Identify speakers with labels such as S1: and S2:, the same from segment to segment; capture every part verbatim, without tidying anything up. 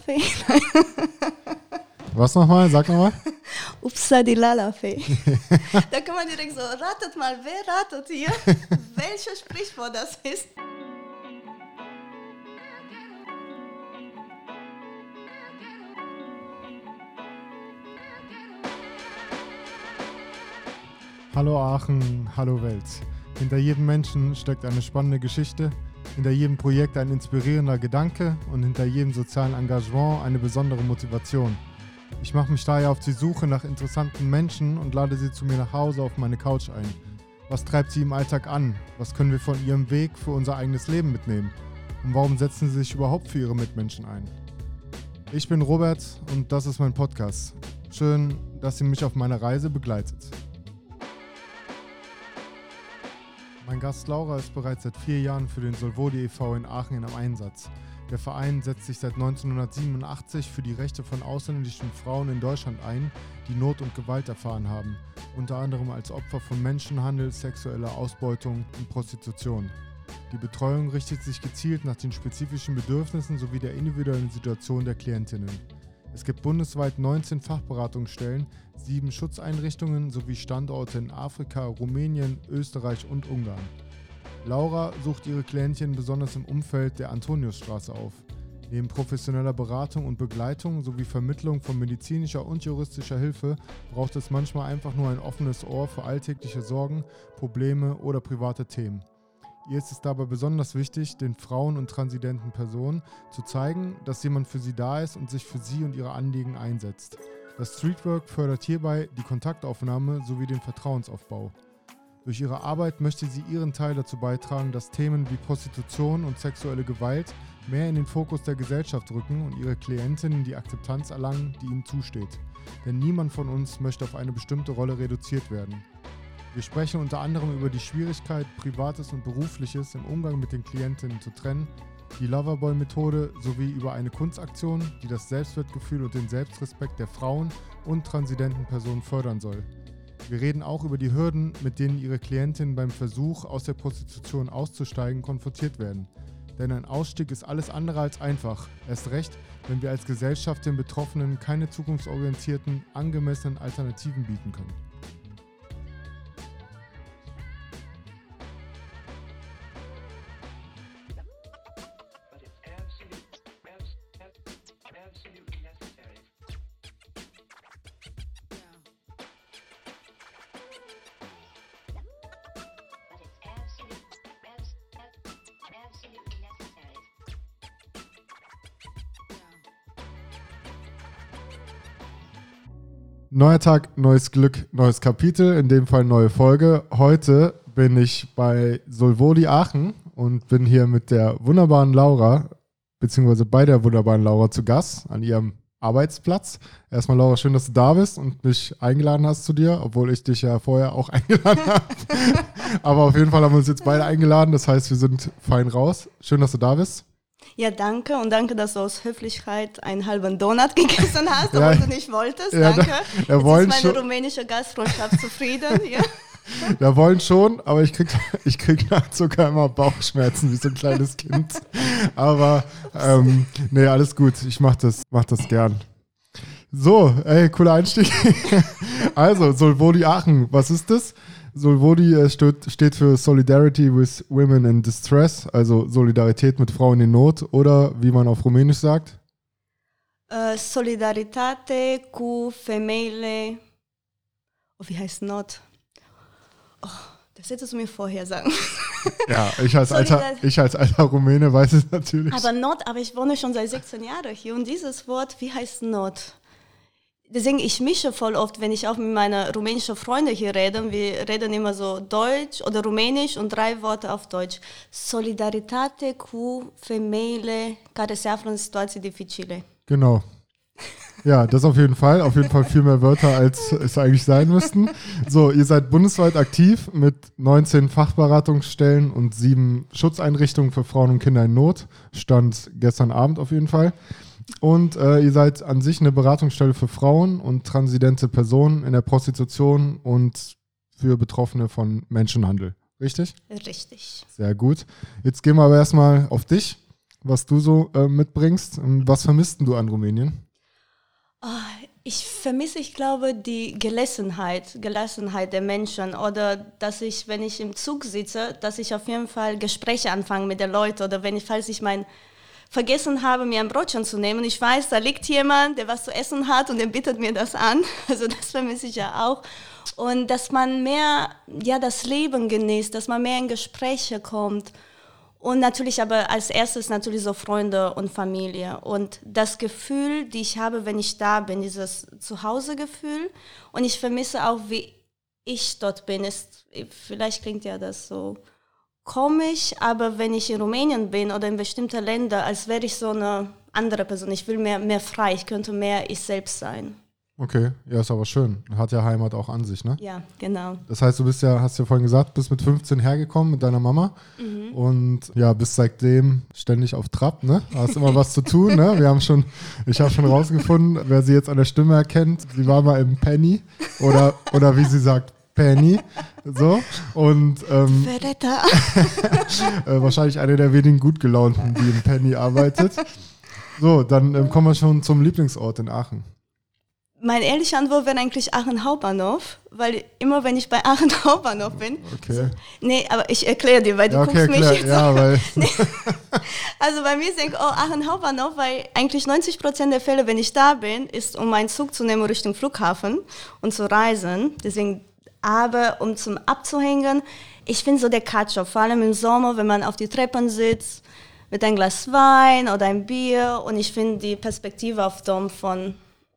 S1: Lalafee.
S2: Was nochmal? Sag nochmal.
S1: Upsa die Lalafee. Da kann man direkt so, ratet mal, wer ratet hier, welches Sprichwort das ist.
S2: Hallo Aachen, hallo Welt. Hinter jedem Menschen steckt eine spannende Geschichte, hinter jedem Projekt ein inspirierender Gedanke und hinter jedem sozialen Engagement eine besondere Motivation. Ich mache mich daher auf die Suche nach interessanten Menschen und lade sie zu mir nach Hause auf meine Couch ein. Was treibt sie im Alltag an? Was können wir von ihrem Weg für unser eigenes Leben mitnehmen? Und warum setzen sie sich überhaupt für ihre Mitmenschen ein? Ich bin Robert und das ist mein Podcast. Schön, dass ihr mich auf meiner Reise begleitet. Mein Gast Laura ist bereits seit vier Jahren für den Solvodi e V in Aachen am Einsatz. Der Verein setzt sich seit neunzehnhundertsiebenundachtzig für die Rechte von ausländischen Frauen in Deutschland ein, die Not und Gewalt erfahren haben, unter anderem als Opfer von Menschenhandel, sexueller Ausbeutung und Prostitution. Die Betreuung richtet sich gezielt nach den spezifischen Bedürfnissen sowie der individuellen Situation der Klientinnen. Es gibt bundesweit neunzehn Fachberatungsstellen, sieben Schutzeinrichtungen sowie Standorte in Afrika, Rumänien, Österreich und Ungarn. Laura sucht ihre Klientinnen besonders im Umfeld der Antoniusstraße auf. Neben professioneller Beratung und Begleitung sowie Vermittlung von medizinischer und juristischer Hilfe braucht es manchmal einfach nur ein offenes Ohr für alltägliche Sorgen, Probleme oder private Themen. Ihr ist es dabei besonders wichtig, den Frauen und transidenten Personen zu zeigen, dass jemand für sie da ist und sich für sie und ihre Anliegen einsetzt. Das Streetwork fördert hierbei die Kontaktaufnahme sowie den Vertrauensaufbau. Durch ihre Arbeit möchte sie ihren Teil dazu beitragen, dass Themen wie Prostitution und sexuelle Gewalt mehr in den Fokus der Gesellschaft rücken und ihre Klientinnen die Akzeptanz erlangen, die ihnen zusteht. Denn niemand von uns möchte auf eine bestimmte Rolle reduziert werden. Wir sprechen unter anderem über die Schwierigkeit, Privates und Berufliches im Umgang mit den Klientinnen zu trennen, die Loverboy-Methode sowie über eine Kunstaktion, die das Selbstwertgefühl und den Selbstrespekt der Frauen und transidenten Personen fördern soll. Wir reden auch über die Hürden, mit denen ihre Klientinnen beim Versuch, aus der Prostitution auszusteigen, konfrontiert werden. Denn ein Ausstieg ist alles andere als einfach, erst recht, wenn wir als Gesellschaft den Betroffenen keine zukunftsorientierten, angemessenen Alternativen bieten können. Neuer Tag, neues Glück, neues Kapitel, in dem Fall neue Folge. Heute bin ich bei Solvodi Aachen und bin hier mit der wunderbaren Laura, beziehungsweise bei der wunderbaren Laura zu Gast an ihrem Arbeitsplatz. Erstmal Laura, schön, dass du da bist und mich eingeladen hast zu dir, obwohl ich dich ja vorher auch eingeladen habe. Aber auf jeden Fall haben wir uns jetzt beide eingeladen, das heißt, wir sind fein raus. Schön, dass du da bist.
S1: Ja, danke und danke, dass du aus Höflichkeit einen halben Donut gegessen hast, obwohl
S2: ja,
S1: du nicht wolltest.
S2: Ja,
S1: danke.
S2: Da, Jetzt ist meine
S1: schon, rumänische Gastfreundschaft zufrieden. Ja.
S2: Wir wollen schon, aber ich krieg, ich krieg sogar immer Bauchschmerzen wie so ein kleines Kind. Aber ähm, nee, alles gut. Ich mach das, mach das gern. So, ey, cooler Einstieg. Also, Solvodi Aachen, was ist das? Solvodi äh, steht, steht für Solidarity with Women in Distress, also Solidarität mit Frauen in Not oder wie man auf Rumänisch sagt?
S1: Uh, Solidaritate cu femeile. Oh, wie heißt Not? Oh, das hättest du mir vorher sagen.
S2: Ja, ich als, alter, ich als alter Rumäne weiß es natürlich.
S1: Aber Not, aber ich wohne schon seit sechzehn Jahren hier und dieses Wort, wie heißt Not? Deswegen, ich mische voll oft, wenn ich auch mit meinen rumänischen Freunden hier rede. Wir reden immer so Deutsch oder Rumänisch und drei Worte auf Deutsch. Solidaritate cu femeile care se află în situații dificile.
S2: Genau. Ja, das auf jeden Fall. Auf jeden Fall viel mehr Wörter, als es eigentlich sein müssten. So, ihr seid bundesweit aktiv mit neunzehn Fachberatungsstellen und sieben Schutzeinrichtungen für Frauen und Kinder in Not. Stand gestern Abend auf jeden Fall. Und äh, ihr seid an sich eine Beratungsstelle für Frauen und transidente Personen in der Prostitution und für Betroffene von Menschenhandel. Richtig?
S1: Richtig.
S2: Sehr gut. Jetzt gehen wir aber erstmal auf dich. was du so äh, mitbringst. Was vermisst du an Rumänien?
S1: Oh, ich vermisse, ich glaube, die Gelassenheit, Gelassenheit der Menschen oder dass ich, wenn ich im Zug sitze, dass ich auf jeden Fall Gespräche anfange mit den Leuten oder wenn ich, falls ich mein vergessen habe, mir ein Brötchen zu nehmen. Ich weiß, da liegt jemand, der was zu essen hat und der bietet mir das an. Also das vermisse ich ja auch. Und dass man mehr ja, das Leben genießt, dass man mehr in Gespräche kommt. Und natürlich aber als erstes natürlich so Freunde und Familie. Und das Gefühl, die ich habe, wenn ich da bin, dieses Zuhausegefühl. Und ich vermisse auch, wie ich dort bin. Ist, vielleicht klingt ja das so komisch, aber wenn ich in Rumänien bin oder in bestimmten Ländern, als wäre ich so eine andere Person. Ich will mehr, mehr frei, ich könnte mehr ich selbst sein.
S2: Okay, ja, ist aber schön. Hat ja Heimat auch an sich, ne?
S1: Ja, genau.
S2: Das heißt, du bist ja, hast ja vorhin gesagt, bist mit fünfzehn hergekommen mit deiner Mama mhm. und ja, bist seitdem ständig auf Trab, ne? Hast immer was zu tun, ne? Wir haben schon, ich habe schon rausgefunden, wer sie jetzt an der Stimme erkennt, sie war mal im Penny oder, oder wie sie sagt, Penny, so, und ähm, äh, wahrscheinlich eine der wenigen gut gelaunten, die im Penny arbeitet. So, dann ähm, kommen wir schon zum Lieblingsort in Aachen.
S1: Meine ehrliche Antwort wäre eigentlich Aachen Hauptbahnhof, weil immer wenn ich bei Aachen Hauptbahnhof bin,
S2: okay.
S1: so, nee, aber ich erkläre dir, weil du
S2: ja, okay,
S1: guckst
S2: erklär,
S1: mich jetzt
S2: ja,
S1: so.
S2: weil
S1: Nee. Also bei mir denke ich, oh, Aachen Hauptbahnhof, weil eigentlich neunzig Prozent der Fälle, wenn ich da bin, ist, um meinen Zug zu nehmen Richtung Flughafen und zu reisen. Deswegen, aber um zum Abzuhängen, ich finde so der Katschow, vor allem im Sommer, wenn man auf die Treppen sitzt, mit einem Glas Wein oder ein Bier und ich finde die Perspektive auf Dom von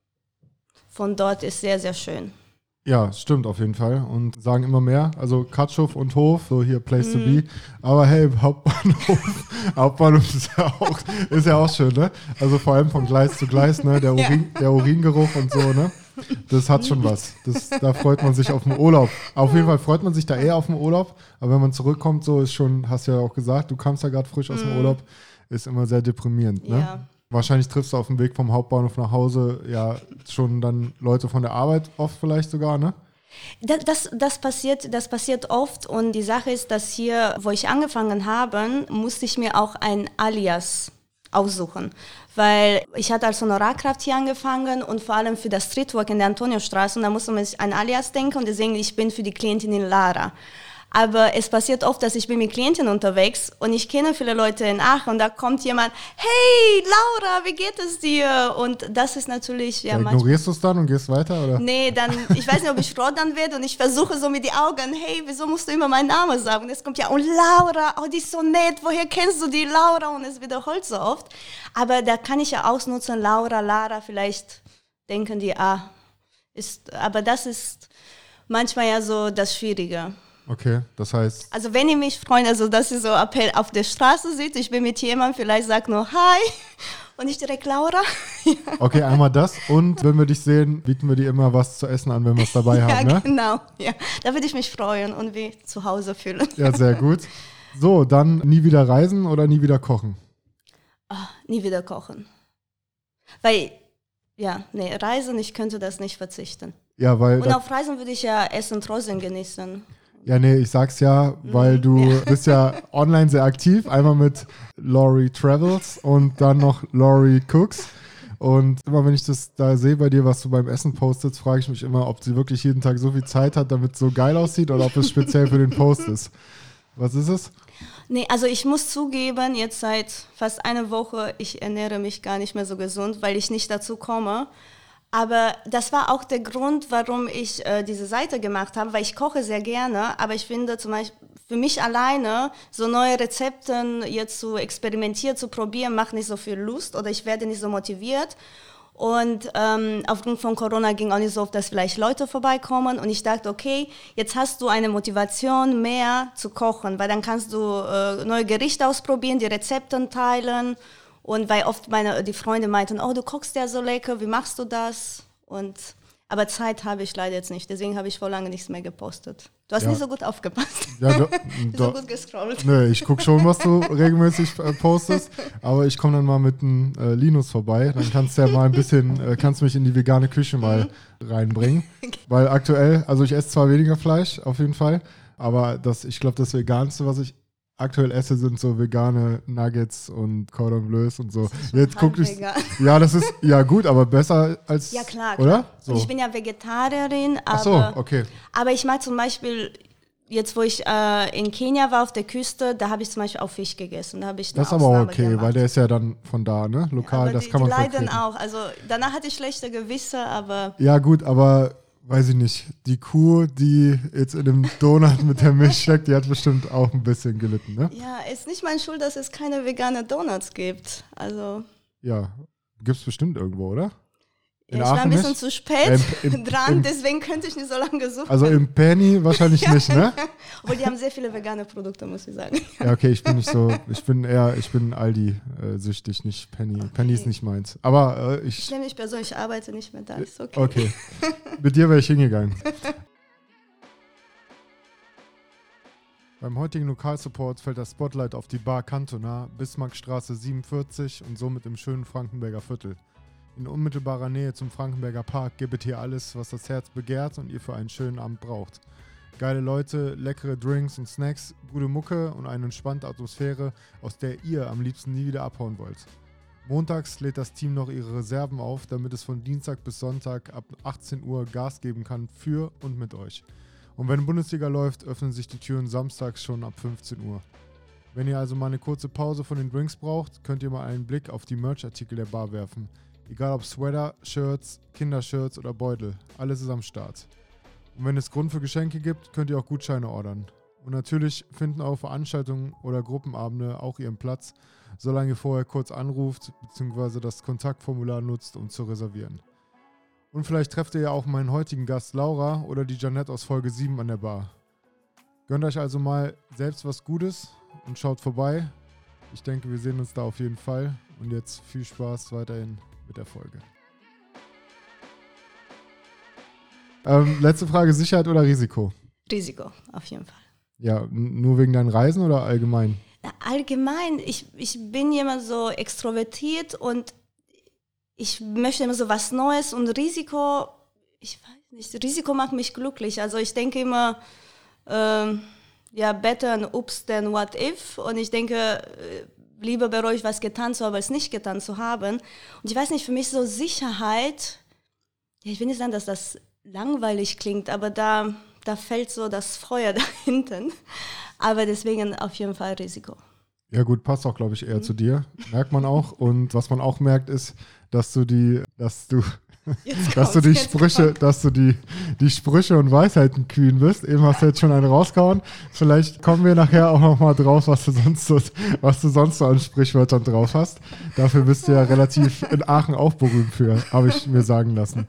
S1: Von dort ist sehr, sehr schön.
S2: Ja, stimmt auf jeden Fall. Und sagen immer mehr. Also Katschow und Hof, so hier Place mm. to be.
S1: Mhm.
S2: Aber hey, Hauptbahnhof, Hauptbahnhof ist ja, auch, ist ja auch schön, ne? Also vor allem von Gleis zu Gleis, ne? Der, Urin, ja. der Uringeruch und so, ne? Das hat schon was. Das, da freut man sich auf den Urlaub. Auf jeden Fall freut man sich da eher auf den Urlaub. Aber wenn man zurückkommt, so ist schon, hast du ja auch gesagt, du kamst ja gerade frisch aus dem mm. Urlaub, ist immer sehr deprimierend, ne?
S1: Ja.
S2: Wahrscheinlich triffst du auf dem Weg vom Hauptbahnhof nach Hause ja schon dann Leute von der Arbeit oft vielleicht sogar, ne?
S1: Das, das, das, passiert, das passiert oft und die Sache ist, dass hier, wo ich angefangen habe, musste ich mir auch ein Alias aussuchen, weil ich hatte als Honorarkraft hier angefangen und vor allem für das Streetwork in der Antoniostraße und da musste man sich ein Alias denken und deswegen, ich bin für die Klientin in Lara. Aber es passiert oft, dass ich bin mit Klienten unterwegs und ich kenne viele Leute in Aachen und da kommt jemand, hey Laura, wie geht es dir? Und das ist natürlich... Ja,
S2: ja, ignorierst du es dann und gehst weiter? Oder?
S1: Nee, dann, ich weiß nicht, ob ich rot dann werde und ich versuche so mit den Augen, hey, wieso musst du immer meinen Namen sagen? Und es kommt ja, und Laura, oh, die ist so nett, woher kennst du die Laura? Und es wiederholt so oft. Aber da kann ich ja ausnutzen, Laura, Lara, vielleicht denken die, ah, ist, aber das ist manchmal ja so das Schwierige.
S2: Okay, das heißt...
S1: Also wenn ihr mich freut, also dass ihr so auf der Straße sitzt, ich bin mit jemandem, vielleicht sagt nur Hi und nicht direkt Laura. Ja.
S2: Okay, einmal das und wenn wir dich sehen, bieten wir dir immer was zu essen an, wenn wir es dabei
S1: ja,
S2: haben, ne?
S1: Genau, ja. Da würde ich mich freuen und wie zu Hause fühlen.
S2: Ja, sehr gut. So, dann nie wieder reisen oder nie wieder kochen?
S1: Oh, nie wieder kochen. Weil, ja, nee, reisen, ich könnte das nicht verzichten.
S2: Ja, weil...
S1: Und auf Reisen würde ich ja Essen trotzdem genießen.
S2: Ja, nee, ich sag's ja, weil du ja. bist ja online sehr aktiv. Einmal mit Laurie Travels und dann noch Laurie Cooks. Und immer wenn ich das da sehe bei dir, was du beim Essen postest, frage ich mich immer, ob sie wirklich jeden Tag so viel Zeit hat, damit es so geil aussieht oder ob es speziell für den Post ist. Was ist es?
S1: Nee, also ich muss zugeben, jetzt seit fast einer Woche, ich ernähre mich gar nicht mehr so gesund, weil ich nicht dazu komme. Aber das war auch der Grund, warum ich äh, diese Seite gemacht habe, weil ich koche sehr gerne, aber ich finde zum Beispiel für mich alleine so neue Rezepte jetzt zu experimentieren, zu probieren, macht nicht so viel Lust oder ich werde nicht so motiviert. Und ähm, aufgrund von Corona ging auch nicht so oft, dass vielleicht Leute vorbeikommen und ich dachte, okay, jetzt hast du eine Motivation mehr zu kochen, weil dann kannst du äh, neue Gerichte ausprobieren, die Rezepte teilen. Und weil oft meine, die Freunde meinten, oh, du kochst ja so lecker, wie machst du das? Und, aber Zeit habe ich leider jetzt nicht, deswegen habe ich vor lange nichts mehr gepostet. Du hast ja. nicht so gut aufgepasst. Ja, du,
S2: so
S1: gut gescrollt.
S2: Nee, ich gucke schon, was du regelmäßig äh, postest, aber ich komme dann mal mit einem äh, Linus vorbei, dann kannst du ja mal ein bisschen, äh, kannst mich in die vegane Küche mal reinbringen, weil aktuell, also ich esse zwar weniger Fleisch, auf jeden Fall, aber das, ich glaube, das Veganste, was ich aktuell esse, sind so vegane Nuggets und Cordon Bleus und so. Jetzt guck ich.
S1: Vegan.
S2: Ja, das ist ja gut, aber besser als.
S1: Ja, klar.
S2: Oder?
S1: Klar.
S2: So.
S1: Und ich bin ja Vegetarierin, aber,
S2: Ach so, okay.
S1: aber ich mag zum Beispiel, jetzt wo ich äh, in Kenia war auf der Küste, da habe ich zum Beispiel auch Fisch gegessen. Da habe ich eine
S2: Das ist aber auch
S1: Ausnahme
S2: okay,
S1: gemacht.
S2: weil der ist ja dann von da, ne? Lokal,
S1: aber
S2: das
S1: die,
S2: kann man
S1: die leiden
S2: vertreten.
S1: auch. Also danach hatte ich schlechte Gewisse, aber.
S2: Ja, gut, aber weiß ich nicht. Die Kuh, die jetzt in dem Donut mit der Milch steckt, die hat bestimmt auch ein bisschen gelitten, ne?
S1: Ja, ist nicht meine Schuld, dass es keine veganen Donuts gibt. Also.
S2: Ja, gibt's bestimmt irgendwo, oder? In
S1: Ja, ich war ein
S2: Aachen
S1: bisschen
S2: nicht?
S1: zu spät
S2: Im- im-
S1: dran,
S2: im-
S1: deswegen könnte ich nicht so lange suchen.
S2: Also im Penny wahrscheinlich nicht, ne?
S1: Obwohl die haben sehr viele vegane Produkte, muss ich sagen.
S2: Ja, okay, ich bin nicht so, ich bin eher, ich bin Aldi-süchtig, nicht Penny. Penny ist nicht meins. Aber äh,
S1: Ich
S2: ich,
S1: nehme mich persönlich, ich arbeite nicht mehr da, ist okay.
S2: okay. Mit dir wäre ich hingegangen. Beim heutigen Lokalsupport fällt das Spotlight auf die Bar Cantona, Bismarckstraße siebenundvierzig und somit im schönen Frankenberger Viertel. In unmittelbarer Nähe zum Frankenberger Park gibt es hier alles, was das Herz begehrt und ihr für einen schönen Abend braucht. Geile Leute, leckere Drinks und Snacks, gute Mucke und eine entspannte Atmosphäre, aus der ihr am liebsten nie wieder abhauen wollt. Montags lädt das Team noch ihre Reserven auf, damit es von Dienstag bis Sonntag ab achtzehn Uhr Gas geben kann für und mit euch. Und wenn Bundesliga läuft, öffnen sich die Türen samstags schon ab fünfzehn Uhr. Wenn ihr also mal eine kurze Pause von den Drinks braucht, könnt ihr mal einen Blick auf die Merch-Artikel der Bar werfen. Egal ob Sweater, Shirts, Kindershirts oder Beutel, alles ist am Start. Und wenn es Grund für Geschenke gibt, könnt ihr auch Gutscheine ordern. Und natürlich finden auch Veranstaltungen oder Gruppenabende auch ihren Platz, solange ihr vorher kurz anruft bzw. das Kontaktformular nutzt, um zu reservieren. Und vielleicht trefft ihr ja auch meinen heutigen Gast Laura oder die Janette aus Folge sieben an der Bar. Gönnt euch also mal selbst was Gutes und schaut vorbei. Ich denke, wir sehen uns da auf jeden Fall. Und jetzt viel Spaß weiterhin mit der Folge. Ähm, letzte Frage, Sicherheit oder Risiko?
S1: Risiko, auf jeden Fall.
S2: Ja, n- nur wegen deinen Reisen oder allgemein?
S1: Na, allgemein, ich, ich bin jemand so extrovertiert und ich möchte immer so was Neues und Risiko, ich weiß nicht, Risiko macht mich glücklich. Also ich denke immer, ähm, ja, better an ups than what if. Und ich denke, äh, lieber bereue ich was getan zu haben, als nicht getan zu haben. Und ich weiß nicht, für mich so Sicherheit, ja, ich will nicht sagen, dass das langweilig klingt, aber da, da fällt so das Feuer da hinten. Aber deswegen auf jeden Fall Risiko.
S2: Ja gut, passt auch, glaube ich, eher mhm. zu dir. Merkt man auch. Und was man auch merkt, ist, dass du die, dass du, dass du die Sprüche, kommt. dass du die, die Sprüche und Weisheiten kühn bist. Eben hast du jetzt schon eine rausgehauen. Vielleicht kommen wir nachher auch noch mal drauf, was du sonst so, was du sonst so an Sprichwörtern drauf hast. Dafür bist du ja relativ in Aachen auch berühmt für, habe ich mir sagen lassen.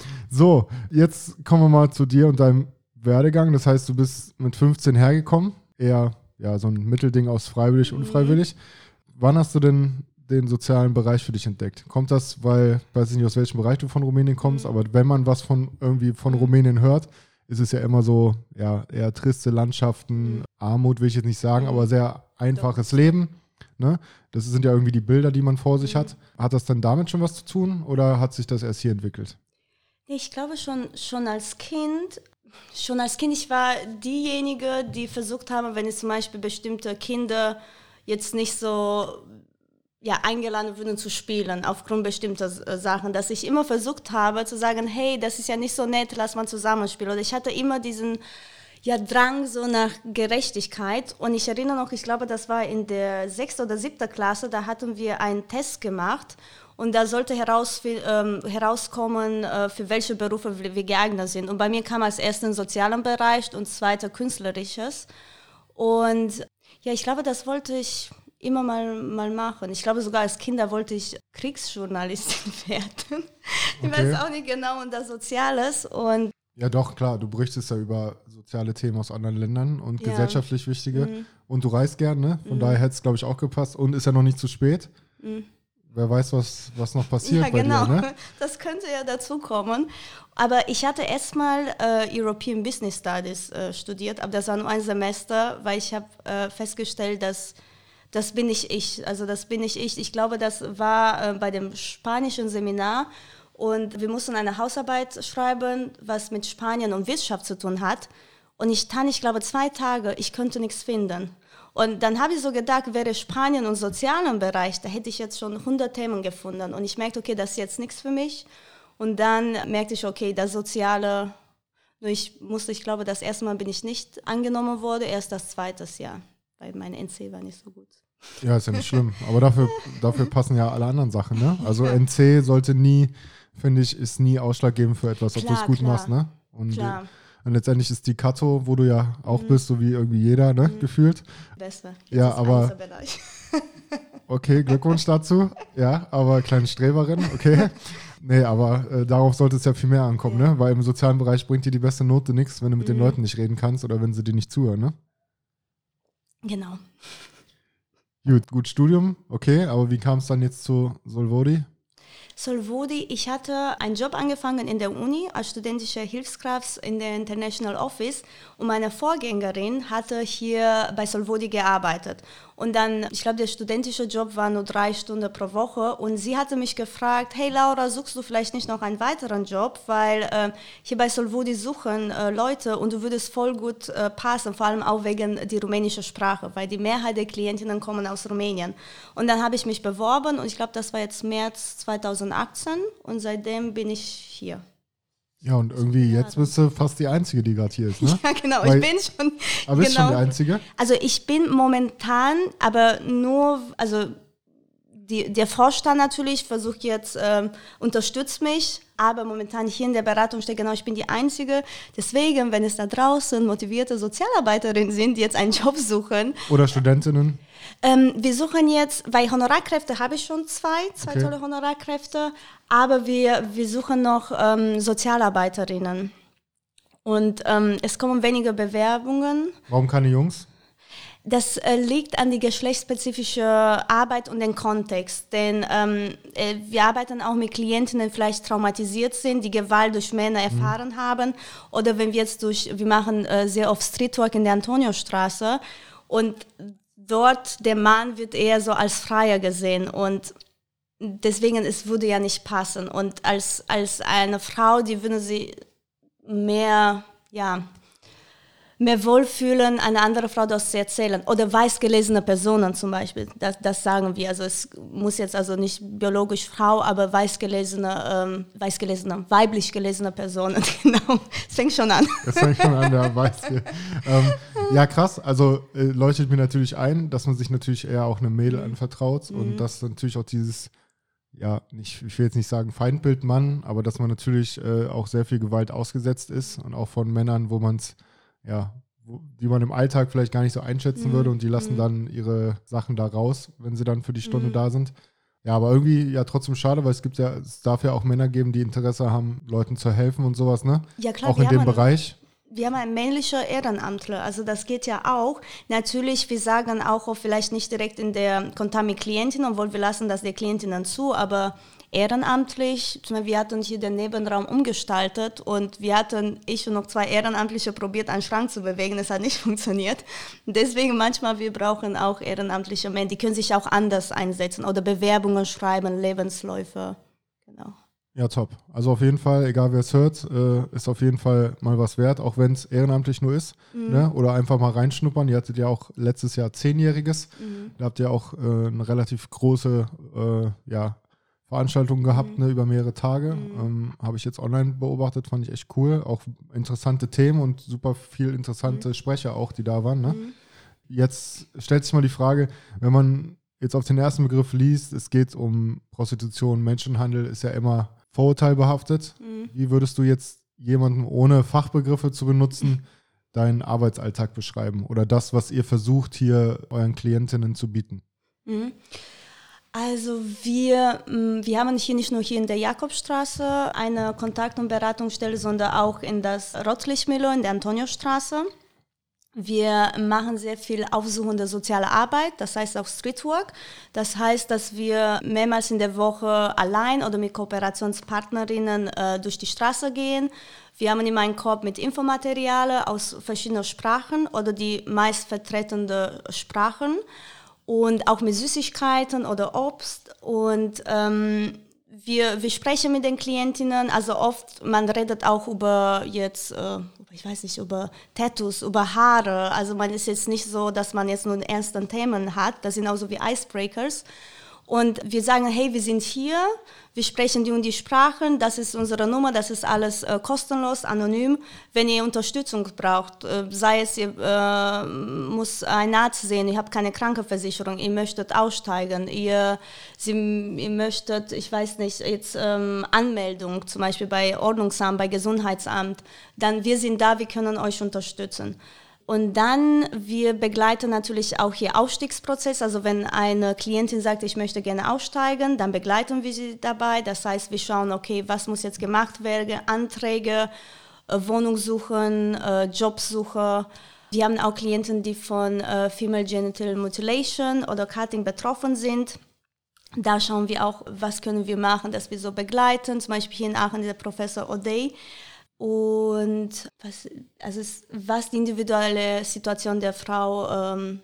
S2: So, jetzt kommen wir mal zu dir und deinem Werdegang. Das heißt, du bist mit fünfzehn hergekommen. Eher ja, so ein Mittelding aus freiwillig, unfreiwillig. Mhm. Wann hast du denn den sozialen Bereich für dich entdeckt? Kommt das, weil, ich weiß nicht, aus welchem Bereich du von Rumänien kommst, mhm. aber wenn man was von irgendwie von Rumänien hört, ist es ja immer so, ja, eher triste Landschaften, mhm. Armut will ich jetzt nicht sagen, mhm. aber sehr einfaches Doch. Leben. Ne? Das sind ja irgendwie die Bilder, die man vor sich mhm. hat. Hat das dann damit schon was zu tun oder hat sich das erst hier entwickelt?
S1: Ich glaube schon, schon als Kind, schon als Kind, ich war diejenige, die versucht haben, wenn es zum Beispiel bestimmte Kinder jetzt nicht so ja, eingeladen würden zu spielen, aufgrund bestimmter Sachen, dass ich immer versucht habe zu sagen, hey, das ist ja nicht so nett, lass mal zusammenspielen. Oder ich hatte immer diesen ja, Drang so nach Gerechtigkeit. Und ich erinnere noch, ich glaube, das war in der sechsten oder siebten Klasse, da hatten wir einen Test gemacht. Und da sollte heraus, ähm, herauskommen, äh, für welche Berufe wir geeignet sind. Und bei mir kam als erstes sozialen Bereich und zweiter künstlerisches. Und ja, ich glaube, das wollte ich immer mal, mal machen. Ich glaube, sogar als Kinder wollte ich Kriegsjournalistin werden. Ich
S2: okay.
S1: weiß auch nicht genau, und das Soziales. Und
S2: ja doch, klar, du berichtest ja über soziale Themen aus anderen Ländern und ja. gesellschaftlich wichtige. Mhm. Und du reist gern, ne? Von mhm. daher hätte es, glaube ich, auch gepasst. Und ist ja noch nicht zu spät. Mhm. Wer weiß, was, was noch passiert
S1: ja,
S2: bei
S1: genau.
S2: dir, ne?
S1: Das könnte ja dazu kommen. Aber ich hatte erstmal äh, European Business Studies äh, studiert, aber das war nur ein Semester, weil ich habe äh, festgestellt, dass das bin nicht ich. Also das bin nicht ich. Ich glaube, das war äh, bei dem spanischen Seminar und wir mussten eine Hausarbeit schreiben, was mit Spanien und Wirtschaft zu tun hat. Und ich tat, ich glaube, zwei Tage, ich konnte nichts finden. Und dann habe ich so gedacht, wäre Spanien und sozialen Bereich, da hätte ich jetzt schon hundert Themen gefunden. Und ich merkte, okay, das ist jetzt nichts für mich. Und dann merkte ich, okay, das Soziale, nur ich musste, ich glaube, das erste Mal bin ich nicht angenommen worden, erst das zweite Jahr, weil mein N C war nicht so gut.
S2: Ja, ist ja nicht schlimm. Aber dafür, dafür passen ja alle anderen Sachen, ne? Also ja. N C sollte nie, finde ich, ist nie ausschlaggebend für etwas, ob du es gut klar. machst, ne? Und,
S1: klar.
S2: und letztendlich ist die Kato, wo du ja auch mhm. bist, so wie irgendwie jeder, ne? Mhm. Gefühlt.
S1: Beste. Jetzt
S2: ja, aber okay, Glückwunsch dazu. Ja, aber kleine Streberin, okay. Nee, aber äh, darauf sollte es ja viel mehr ankommen, ja. ne? Weil im sozialen Bereich bringt dir die beste Note nichts, wenn du mit mhm. den Leuten nicht reden kannst oder wenn sie dir nicht zuhören, ne?
S1: Genau.
S2: Gut, gut Studium, okay, aber wie kam es dann jetzt zu Solvodi?
S1: Solvodi, ich hatte einen Job angefangen in der Uni als studentische Hilfskraft in der International Office und meine Vorgängerin hatte hier bei Solvodi gearbeitet. Und dann, ich glaube, der studentische Job war nur drei Stunden pro Woche und sie hatte mich gefragt, hey Laura, suchst du vielleicht nicht noch einen weiteren Job, weil äh, hier bei Solvodi suchen äh, Leute und du würdest voll gut äh, passen, vor allem auch wegen der rumänischen Sprache, weil die Mehrheit der Klientinnen kommen aus Rumänien. Und dann habe ich mich beworben und ich glaube, das war jetzt März zweitausendachtzehn und seitdem bin ich hier.
S2: Ja, und irgendwie jetzt bist du fast die Einzige, die gerade hier ist, ne?
S1: Ja, genau,
S2: Weil,
S1: ich bin schon.
S2: Aber bist
S1: genau,
S2: schon die Einzige?
S1: Also ich bin momentan, aber nur, also die, der Vorstand natürlich versucht jetzt, ähm, unterstützt mich, aber momentan hier in der Beratung steht, genau, ich bin die Einzige. Deswegen, wenn es da draußen motivierte Sozialarbeiterinnen sind, die jetzt einen Job suchen.
S2: Oder Studentinnen.
S1: Ähm, wir suchen jetzt, weil Honorarkräfte habe ich schon zwei, zwei okay. tolle Honorarkräfte, aber wir, wir suchen noch ähm, Sozialarbeiterinnen. Und ähm, es kommen weniger Bewerbungen.
S2: Warum keine Jungs?
S1: Das äh, liegt an die geschlechtsspezifische Arbeit und den Kontext. Denn ähm, äh, wir arbeiten auch mit Klientinnen, die vielleicht traumatisiert sind, die Gewalt durch Männer erfahren mhm. haben. Oder wenn wir jetzt durch, wir machen äh, sehr oft Streetwork in der Antoniostraße und dort der Mann wird eher so als Freier gesehen und deswegen, es würde ja nicht passen. Und als, als eine Frau, die würde sie mehr, ja, mehr wohlfühlen, eine andere Frau das zu erzählen. Oder weißgelesene Personen zum Beispiel, das, das sagen wir. Also es muss jetzt also nicht biologisch Frau, aber weißgelesene, ähm, weißgelesene, weiblich gelesene Personen, genau. Es fängt schon an.
S2: Das fängt schon an, der Weiße. ähm, ja, krass. Also äh, leuchtet mir natürlich ein, dass man sich natürlich eher auch einem Mädel anvertraut mhm. und dass natürlich auch dieses, ja, nicht, ich will jetzt nicht sagen Feindbild Mann, aber dass man natürlich äh, auch sehr viel Gewalt ausgesetzt ist und auch von Männern, wo man es ja, wo, die man im Alltag vielleicht gar nicht so einschätzen mhm. würde und die lassen mhm. dann ihre Sachen da raus, wenn sie dann für die Stunde mhm. da sind. Ja, aber irgendwie ja trotzdem schade, weil es gibt ja, es darf ja auch Männer geben, die Interesse haben, Leuten zu helfen und sowas, ne?
S1: Ja, klar.
S2: Auch in dem Bereich.
S1: Wir haben ein männlicher Ehrenamtler, also das geht ja auch. Natürlich, wir sagen auch vielleicht nicht direkt in der Kontakt mit Klientinnen, obwohl wir lassen das der Klientinnen zu, aber ehrenamtlich, wir hatten hier den Nebenraum umgestaltet und wir hatten, ich und noch zwei Ehrenamtliche probiert, einen Schrank zu bewegen, es hat nicht funktioniert. Deswegen manchmal, wir brauchen auch ehrenamtliche Menschen, die können sich auch anders einsetzen oder Bewerbungen schreiben, Lebensläufe, genau.
S2: Ja, top. Also auf jeden Fall, egal wer es hört, äh, ist auf jeden Fall mal was wert, auch wenn es ehrenamtlich nur ist. Mhm. Ne? Oder einfach mal reinschnuppern. Ihr hattet ja auch letztes Jahr Zehnjähriges. Mhm. Da habt ihr auch äh, eine relativ große äh, ja, Veranstaltung gehabt, mhm. ne, über mehrere Tage. Mhm. Ähm, habe ich jetzt online beobachtet, fand ich echt cool. Auch interessante Themen und super viel interessante mhm. Sprecher auch, die da waren. Ne? Mhm. Jetzt stellt sich mal die Frage, wenn man jetzt auf den ersten Begriff liest, es geht um Prostitution, Menschenhandel, ist ja immer vorurteilbehaftet. Mhm. Wie würdest du jetzt jemandem, ohne Fachbegriffe zu benutzen, deinen Arbeitsalltag beschreiben oder das, was ihr versucht, hier euren Klientinnen zu bieten?
S1: Mhm. Also wir, wir haben hier nicht nur hier in der Jakobstraße eine Kontakt- und Beratungsstelle, sondern auch in das Rotlichtmilieu in der Antoniostraße. Wir machen sehr viel aufsuchende soziale Arbeit, das heißt auch Streetwork. Das heißt, dass wir mehrmals in der Woche allein oder mit Kooperationspartnerinnen äh, durch die Straße gehen. Wir haben immer einen Korb mit Infomaterialien aus verschiedenen Sprachen oder die meist vertretenden Sprachen und auch mit Süßigkeiten oder Obst. Und ähm, wir, wir sprechen mit den Klientinnen, also oft, man redet auch über jetzt äh, ich weiß nicht, über Tattoos, über Haare. Also man ist jetzt nicht so, dass man jetzt nur ernste Themen hat. Das sind auch so wie Icebreakers. Und wir sagen, hey, wir sind hier, wir sprechen die und die Sprachen, das ist unsere Nummer, das ist alles äh, kostenlos, anonym. Wenn ihr Unterstützung braucht, äh, sei es, ihr äh, muss einen Arzt sehen, ihr habt keine Krankenversicherung, ihr möchtet aussteigen, ihr, sie, ihr möchtet, ich weiß nicht, jetzt ähm, Anmeldung, zum Beispiel bei Ordnungsamt, bei Gesundheitsamt, dann wir sind da, wir können euch unterstützen. Und dann, wir begleiten natürlich auch hier Ausstiegsprozess. Also wenn eine Klientin sagt, ich möchte gerne aussteigen, dann begleiten wir sie dabei. Das heißt, wir schauen, okay, was muss jetzt gemacht werden? Anträge, äh, Wohnung suchen, äh, Jobsuche. Wir haben auch Klienten, die von äh, Female Genital Mutilation oder Cutting betroffen sind. Da schauen wir auch, was können wir machen, dass wir so begleiten. Zum Beispiel hier in Aachen der Professor O'Day. Und was, also es, was die individuelle Situation der Frau ähm,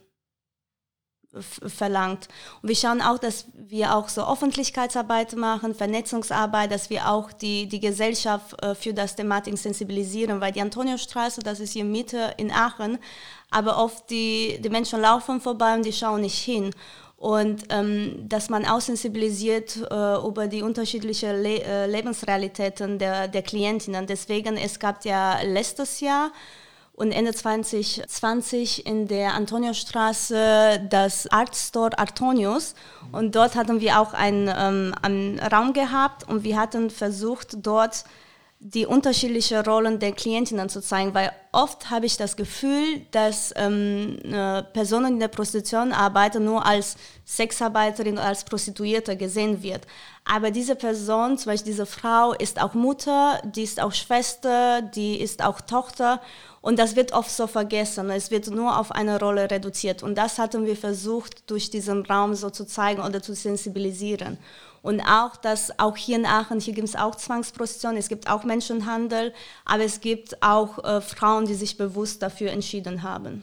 S1: f- verlangt. Und wir schauen auch, dass wir auch so Öffentlichkeitsarbeit machen, Vernetzungsarbeit, dass wir auch die, die Gesellschaft äh, für das Thematik sensibilisieren, weil die Antoniusstraße, das ist hier Mitte in Aachen, aber oft die, die Menschen laufen vorbei und die schauen nicht hin. Und ähm, dass man auch sensibilisiert äh, über die unterschiedlichen Le- äh, Lebensrealitäten der, der Klientinnen. Deswegen, es gab ja letztes Jahr und Ende zwanzig zwanzig in der Antoniusstraße das Art Store Artonius. Und dort hatten wir auch einen, ähm, einen Raum gehabt und wir hatten versucht, dort die unterschiedlichen Rollen der Klientinnen zu zeigen, weil oft habe ich das Gefühl, dass ähm, äh, Personen in der Prostitution arbeiten, nur als Sexarbeiterin oder als Prostituierte gesehen wird. Aber diese Person, zum Beispiel diese Frau, ist auch Mutter, die ist auch Schwester, die ist auch Tochter und das wird oft so vergessen. Es wird nur auf eine Rolle reduziert und das hatten wir versucht, durch diesen Raum so zu zeigen oder zu sensibilisieren. Und auch, dass auch hier in Aachen, hier gibt es auch Zwangsprostitution, es gibt auch Menschenhandel, aber es gibt auch äh, Frauen, die sich bewusst dafür entschieden haben.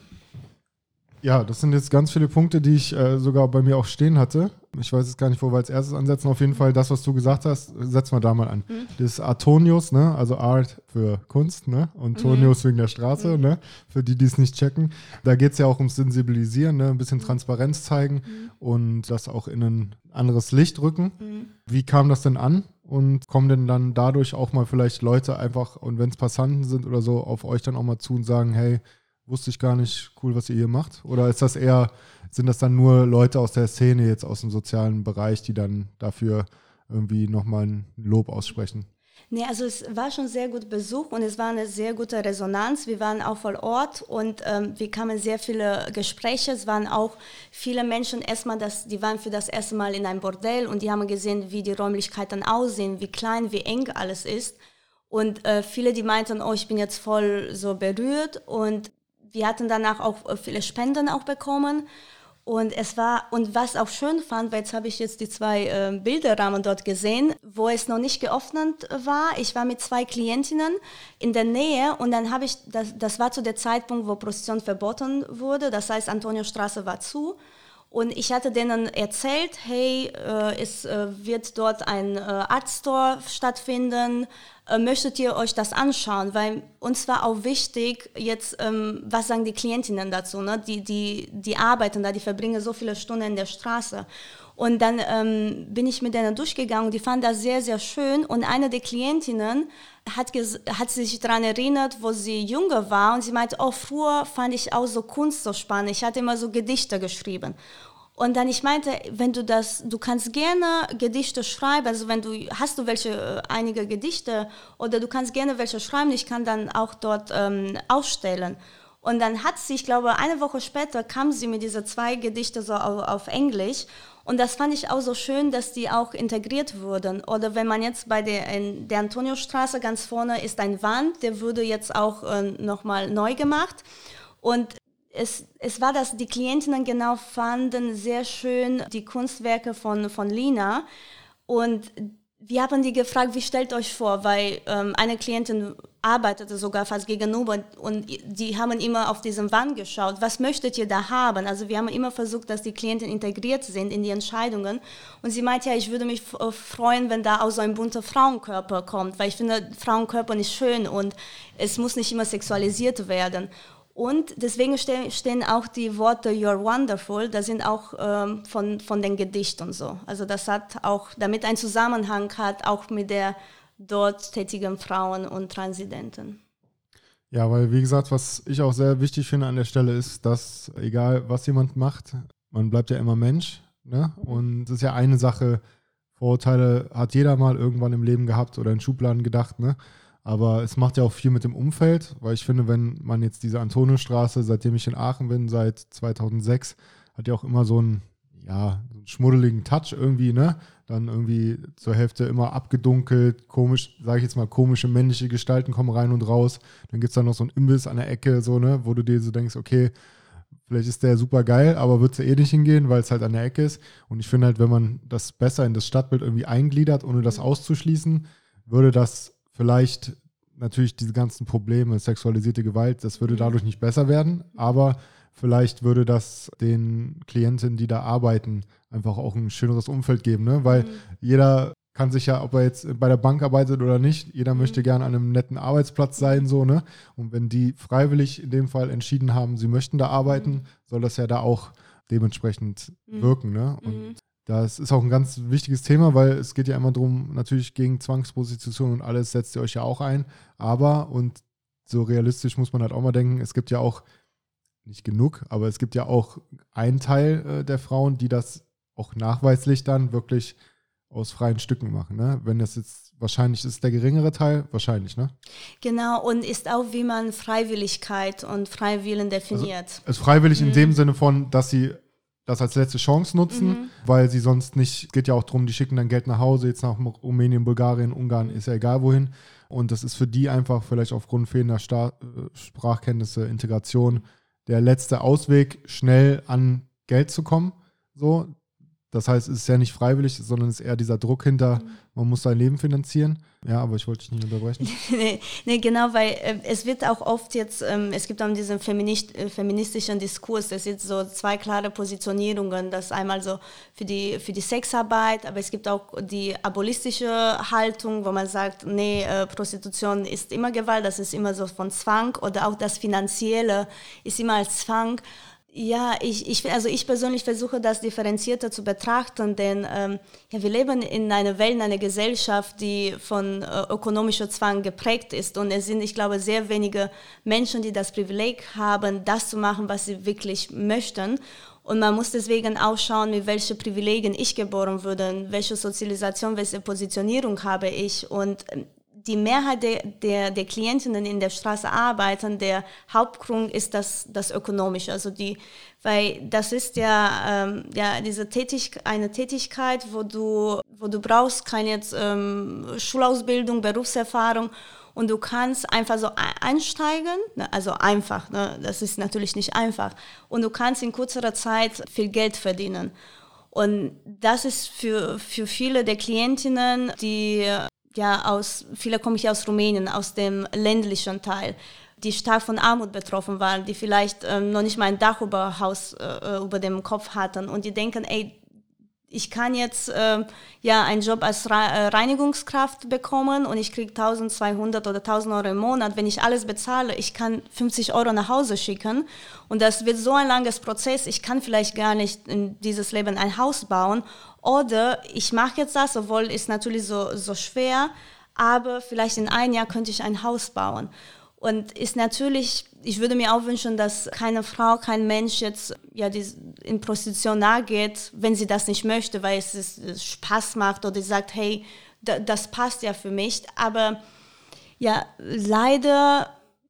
S2: Ja, das sind jetzt ganz viele Punkte, die ich äh, sogar bei mir auch stehen hatte. Ich weiß jetzt gar nicht, wo wir als erstes ansetzen. Auf jeden Fall das, was du gesagt hast, setzen wir da mal an. Mhm. Das ist Artonius, ne? Also Art für Kunst, ne? Und Tonius mhm. wegen der Straße, mhm. ne? Für die, die es nicht checken. Da geht es ja auch ums Sensibilisieren, ne? Ein bisschen Transparenz zeigen mhm. und das auch in ein anderes Licht rücken. Mhm. Wie kam das denn an? Und kommen denn dann dadurch auch mal vielleicht Leute einfach, und wenn es Passanten sind oder so, auf euch dann auch mal zu und sagen, hey, wusste ich gar nicht, cool, was ihr hier macht? Oder ist das eher, sind das dann nur Leute aus der Szene, jetzt aus dem sozialen Bereich, die dann dafür irgendwie nochmal ein Lob aussprechen?
S1: Nee, also es war schon sehr gut Besuch und es war eine sehr gute Resonanz. Wir waren auch vor Ort und ähm, wir kamen sehr viele Gespräche. Es waren auch viele Menschen, erstmal, das, die waren für das erste Mal in einem Bordell und die haben gesehen, wie die Räumlichkeiten aussehen, wie klein, wie eng alles ist. Und äh, viele, die meinten, oh, ich bin jetzt voll so berührt und wir hatten danach auch viele Spenden auch bekommen und es war, und was auch schön fand, weil jetzt habe ich jetzt die zwei äh, Bilderrahmen dort gesehen, wo es noch nicht geöffnet war. Ich war mit zwei Klientinnen in der Nähe und dann habe ich, das, das war zu der Zeitpunkt, wo Prostitution verboten wurde, das heißt, Antoniusstraße war zu. Und ich hatte denen erzählt, hey, äh, es äh, wird dort ein äh, Art Store stattfinden, äh, möchtet ihr euch das anschauen? Weil uns war auch wichtig, jetzt, ähm, was sagen die Klientinnen dazu, ne? die, die, die arbeiten da, die verbringen so viele Stunden in der Straße. Und dann ähm, bin ich mit denen durchgegangen, die fanden das sehr, sehr schön. Und eine der Klientinnen hat, ges- hat sich daran erinnert, wo sie jünger war. Und sie meinte, oh, früher fand ich auch so Kunst so spannend. Ich hatte immer so Gedichte geschrieben. Und dann ich meinte, wenn du das, du kannst gerne Gedichte schreiben, also wenn du, hast du welche, einige Gedichte oder du kannst gerne welche schreiben, ich kann dann auch dort ähm, ausstellen. Und dann hat sie, ich glaube, eine Woche später kam sie mit diesen zwei Gedichten so auf, auf Englisch. Und das fand ich auch so schön, dass die auch integriert wurden. Oder wenn man jetzt bei der, in der Antoniusstraße ganz vorne ist ein Wand, der wurde jetzt auch äh, nochmal neu gemacht. Und es, es war, dass die Klientinnen genau fanden sehr schön die Kunstwerke von, von Lina. Und wir haben die gefragt, wie stellt euch vor, weil ähm, eine Klientin arbeitete sogar fast gegenüber und die haben immer auf diesen Wand geschaut, was möchtet ihr da haben? Also wir haben immer versucht, dass die Klienten integriert sind in die Entscheidungen und sie meinte, ja, ich würde mich freuen, wenn da auch so ein bunter Frauenkörper kommt, weil ich finde, Frauenkörper nicht schön und es muss nicht immer sexualisiert werden. Und deswegen stehen auch die Worte You're wonderful, das sind auch ähm, von, von den Gedichten und so. Also das hat auch, damit einen Zusammenhang hat, auch mit der dort tätigen Frauen und Transidenten.
S2: Ja, weil wie gesagt, was ich auch sehr wichtig finde an der Stelle ist, dass egal was jemand macht, man bleibt ja immer Mensch. Ne? Und es ist ja eine Sache, Vorurteile hat jeder mal irgendwann im Leben gehabt oder in Schubladen gedacht, ne? Aber es macht ja auch viel mit dem Umfeld, weil ich finde, wenn man jetzt diese Antoniusstraße, seitdem ich in Aachen bin, seit zweitausendsechs, hat ja auch immer so einen, ja, so einen schmuddeligen Touch irgendwie, ne? Dann irgendwie zur Hälfte immer abgedunkelt, komisch, sage ich jetzt mal, komische männliche Gestalten kommen rein und raus. Dann gibt es da noch so einen Imbiss an der Ecke, so, ne? Wo du dir so denkst, okay, vielleicht ist der super geil, aber würdest du eh nicht hingehen, weil es halt an der Ecke ist. Und ich finde halt, wenn man das besser in das Stadtbild irgendwie eingliedert, ohne das auszuschließen, würde das vielleicht natürlich diese ganzen Probleme, sexualisierte Gewalt, das würde dadurch nicht besser werden, aber vielleicht würde das den Klienten, die da arbeiten, einfach auch ein schöneres Umfeld geben, ne? Weil mhm. jeder kann sich ja, ob er jetzt bei der Bank arbeitet oder nicht, jeder mhm. möchte gerne an einem netten Arbeitsplatz sein, so, ne? Und wenn die freiwillig in dem Fall entschieden haben, sie möchten da arbeiten, mhm. soll das ja da auch dementsprechend mhm. wirken, ne? Und mhm. das ist auch ein ganz wichtiges Thema, weil es geht ja immer darum, natürlich gegen Zwangsprostitution und alles setzt ihr euch ja auch ein. Aber, und so realistisch muss man halt auch mal denken, es gibt ja auch, nicht genug, aber es gibt ja auch einen Teil äh, der Frauen, die das auch nachweislich dann wirklich aus freien Stücken machen. Ne? Wenn das jetzt wahrscheinlich ist der geringere Teil, wahrscheinlich, ne?
S1: Genau, und ist auch, wie man Freiwilligkeit und Freiwillen definiert.
S2: Also, ist freiwillig mhm. in dem Sinne von, dass sie das als letzte Chance nutzen, mhm. weil sie sonst nicht, es geht ja auch darum, die schicken dann Geld nach Hause, jetzt nach Rumänien, Bulgarien, Ungarn, ist ja egal wohin. Und das ist für die einfach vielleicht aufgrund fehlender Sta- Sprachkenntnisse, Integration, der letzte Ausweg, schnell an Geld zu kommen. So. Das heißt, es ist ja nicht freiwillig, sondern es ist eher dieser Druck hinter, mhm. man muss sein Leben finanzieren. Ja, aber ich wollte dich nicht unterbrechen.
S1: nee, nee, genau, weil äh, es wird auch oft jetzt, ähm, es gibt auch diesen Feminist, äh, feministischen Diskurs, es sind so zwei klare Positionierungen, das einmal so für die, für die Sexarbeit, aber es gibt auch die abolistische Haltung, wo man sagt, nee, äh, Prostitution ist immer Gewalt, das ist immer so von Zwang, oder auch das Finanzielle ist immer als Zwang. Ja, ich, ich, also ich persönlich versuche das differenzierter zu betrachten, denn ähm, ja, wir leben in einer Welt, in einer Gesellschaft, die von äh, ökonomischer Zwang geprägt ist, und es sind, ich glaube, sehr wenige Menschen, die das Privileg haben, das zu machen, was sie wirklich möchten. Und man muss deswegen auch schauen, mit welchen Privilegien ich geboren wurde, welche Sozialisation, welche Positionierung habe ich. Und die Mehrheit der, der, der Klientinnen in der Straße arbeiten, der Hauptgrund ist das, das Ökonomische. Also die, weil das ist ja, ähm, ja diese Tätig, eine Tätigkeit, wo du, wo du brauchst keine jetzt, ähm, Schulausbildung, Berufserfahrung, und du kannst einfach so einsteigen, ne, also einfach, ne, das ist natürlich nicht einfach, und du kannst in kürzerer Zeit viel Geld verdienen. Und das ist für, für viele der Klientinnen, die ja, aus, viele komme ich aus Rumänien, aus dem ländlichen Teil, die stark von Armut betroffen waren, die vielleicht ähm, noch nicht mal ein Dach über, Haus, äh, über dem Kopf hatten, und die denken, ey, ich kann jetzt äh, ja einen Job als Reinigungskraft bekommen und ich kriege eintausendzweihundert oder tausend Euro im Monat. Wenn ich alles bezahle, ich kann fünfzig Euro nach Hause schicken, und das wird so ein langes Prozess, ich kann vielleicht gar nicht in dieses Leben ein Haus bauen, oder ich mache jetzt das, obwohl es natürlich so, so schwer, aber vielleicht in einem Jahr könnte ich ein Haus bauen. Und ist natürlich, ich würde mir auch wünschen, dass keine Frau, kein Mensch jetzt ja, die in Prostitution nachgeht, wenn sie das nicht möchte, weil es, es Spaß macht oder sie sagt, hey, da, das passt ja für mich. Aber ja, leider,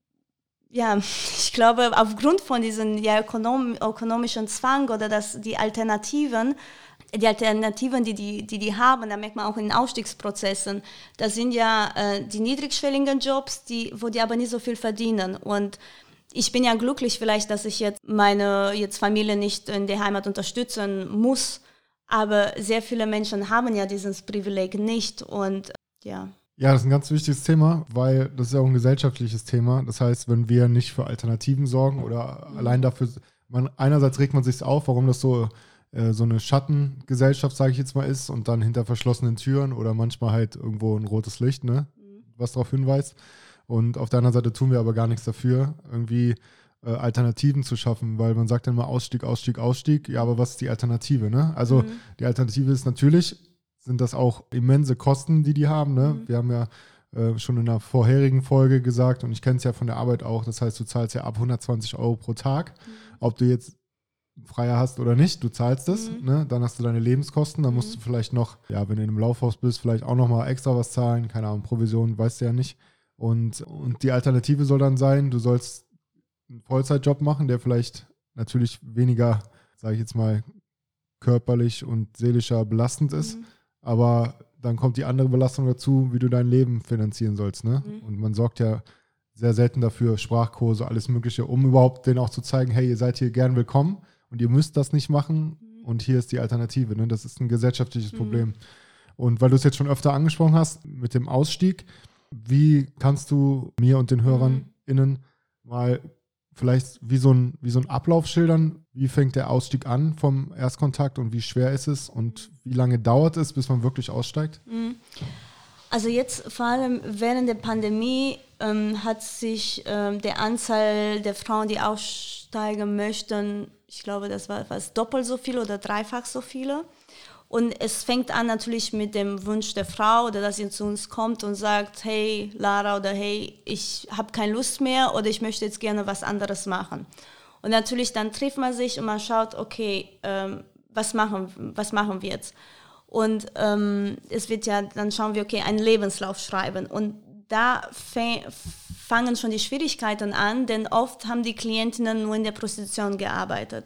S1: ja, ich glaube, aufgrund von diesem ja, ökonom, ökonomischen Zwang oder das, die Alternativen, die Alternativen, die die, die die haben, da merkt man auch in den Ausstiegsprozessen, das sind ja äh, die niedrigschwelligen Jobs, die, wo die aber nicht so viel verdienen. Und ich bin ja glücklich vielleicht, dass ich jetzt meine jetzt Familie nicht in der Heimat unterstützen muss, aber sehr viele Menschen haben ja dieses Privileg nicht, und ja.
S2: Ja, das ist ein ganz wichtiges Thema, weil das ist ja auch ein gesellschaftliches Thema. Das heißt, wenn wir nicht für Alternativen sorgen oder mhm. allein dafür, man, einerseits regt man sich auf, warum das so, äh, so eine Schattengesellschaft, sage ich jetzt mal, ist und dann hinter verschlossenen Türen oder manchmal halt irgendwo ein rotes Licht, ne, mhm. was darauf hinweist. Und auf der anderen Seite tun wir aber gar nichts dafür, irgendwie äh, Alternativen zu schaffen, weil man sagt dann immer Ausstieg, Ausstieg, Ausstieg. Ja, aber was ist die Alternative, ne? Also mhm. die Alternative ist natürlich, sind das auch immense Kosten, die die haben, ne? Mhm. Wir haben ja äh, schon in einer vorherigen Folge gesagt, und ich kenne es ja von der Arbeit auch, das heißt, du zahlst ja ab hundertzwanzig Euro pro Tag, mhm. ob du jetzt Freier hast oder nicht, du zahlst es, mhm. ne? Dann hast du deine Lebenskosten, dann mhm. musst du vielleicht noch, ja, wenn du in einem Laufhaus bist, vielleicht auch nochmal extra was zahlen, keine Ahnung, Provision, weißt du ja nicht. Und, und die Alternative soll dann sein, du sollst einen Vollzeitjob machen, der vielleicht natürlich weniger, sage ich jetzt mal, körperlich und seelischer belastend ist, mhm. aber dann kommt die andere Belastung dazu, wie du dein Leben finanzieren sollst, ne? Mhm. Und man sorgt ja sehr selten dafür, Sprachkurse, alles Mögliche, um überhaupt denen auch zu zeigen, hey, ihr seid hier gern willkommen und ihr müsst das nicht machen mhm. und hier ist die Alternative, ne? Das ist ein gesellschaftliches mhm. Problem. Und weil du es jetzt schon öfter angesprochen hast mit dem Ausstieg, wie kannst du mir und den HörerInnen mal vielleicht wie so ein, wie so ein Ablauf schildern? Wie fängt der Ausstieg an vom Erstkontakt und wie schwer ist es und wie lange dauert es, bis man wirklich aussteigt?
S1: Also jetzt vor allem während der Pandemie ähm, hat sich ähm, der Anzahl der Frauen, die aussteigen möchten, ich glaube, das war fast doppelt so viel oder dreifach so viele. Und es fängt an natürlich mit dem Wunsch der Frau, oder dass sie zu uns kommt und sagt, hey Lara oder hey, ich habe keine Lust mehr oder ich möchte jetzt gerne was anderes machen. Und natürlich dann trifft man sich und man schaut, okay, ähm, was, machen, was machen wir jetzt? Und ähm, es wird ja, dann schauen wir, okay, einen Lebenslauf schreiben. Und da f- fangen schon die Schwierigkeiten an, denn oft haben die Klientinnen nur in der Prostitution gearbeitet.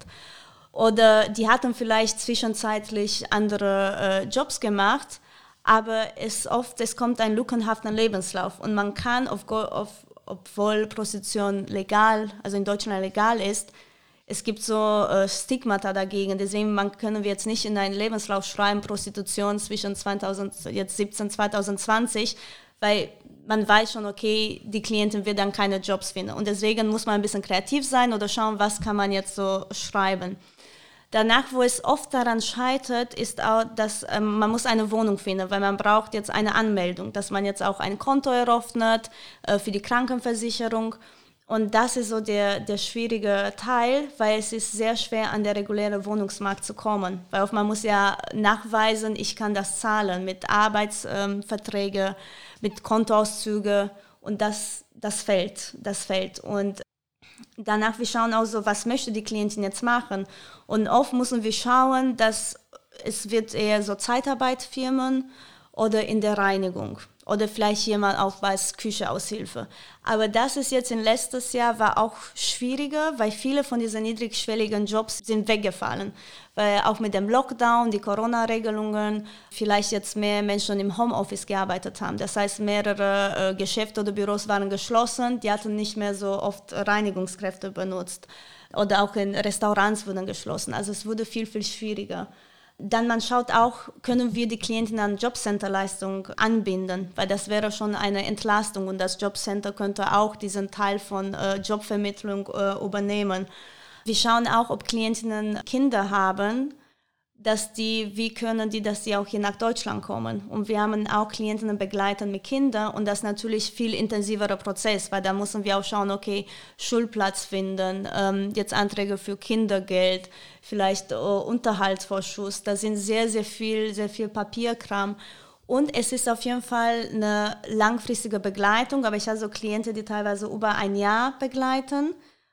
S1: Oder die hatten vielleicht zwischenzeitlich andere äh, Jobs gemacht, aber es oft, es kommt ein lückenhafter Lebenslauf. Und man kann, auf, auf, obwohl Prostitution legal, also in Deutschland legal ist, es gibt so äh, Stigmata dagegen. Deswegen man, können wir jetzt nicht in einen Lebenslauf schreiben, Prostitution zwischen zweitausendsiebzehn und zweitausendzwanzig, weil man weiß schon, okay, die Klientin wird dann keine Jobs finden. Und deswegen muss man ein bisschen kreativ sein oder schauen, was kann man jetzt so schreiben. Danach, wo es oft daran scheitert, ist auch, dass ähm, man muss eine Wohnung finden, weil man braucht jetzt eine Anmeldung, dass man jetzt auch ein Konto eröffnet äh, für die Krankenversicherung. Und das ist so der, der schwierige Teil, weil es ist sehr schwer, an der regulären Wohnungsmarkt zu kommen. Weil oft man muss ja nachweisen, ich kann das zahlen mit Arbeitsverträgen, ähm, mit Kontoauszügen. Und das, das fällt, das fällt. Und danach, wir schauen auch so, was möchte die Klientin jetzt machen. Und oft müssen wir schauen, dass es wird eher so Zeitarbeitfirmen oder in der Reinigung. Oder vielleicht jemand auch als Kücheaushilfe. Aber das ist jetzt in letztes Jahr war auch schwieriger, weil viele von diesen niedrigschwelligen Jobs sind weggefallen. Weil auch mit dem Lockdown, die Corona-Regelungen, vielleicht jetzt mehr Menschen im Homeoffice gearbeitet haben. Das heißt, mehrere äh, Geschäfte oder Büros waren geschlossen, die hatten nicht mehr so oft Reinigungskräfte benutzt. Oder auch in Restaurants wurden geschlossen. Also es wurde viel, viel schwieriger. Dann man schaut auch, können wir die Klienten an Jobcenter-Leistung anbinden, weil das wäre schon eine Entlastung und das Jobcenter könnte auch diesen Teil von äh, Jobvermittlung äh, übernehmen. Wir schauen auch, ob Klientinnen Kinder haben, dass die, wie können die, dass sie auch hier nach Deutschland kommen. Und wir haben auch Klientinnen begleiten mit Kindern und das ist natürlich viel intensiverer Prozess, weil da müssen wir auch schauen, okay, Schulplatz finden, ähm, jetzt Anträge für Kindergeld, vielleicht äh, Unterhaltsvorschuss, da sind sehr, sehr viel, sehr viel Papierkram. Und es ist auf jeden Fall eine langfristige Begleitung, aber ich habe so Klienten, die teilweise über ein Jahr begleiten,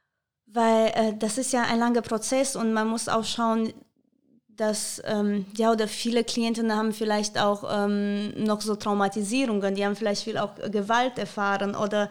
S1: weil äh, das ist ja ein langer Prozess und man muss auch schauen, dass, ähm, ja, oder viele Klientinnen haben vielleicht auch ähm, noch so Traumatisierungen, die haben vielleicht viel auch Gewalt erfahren oder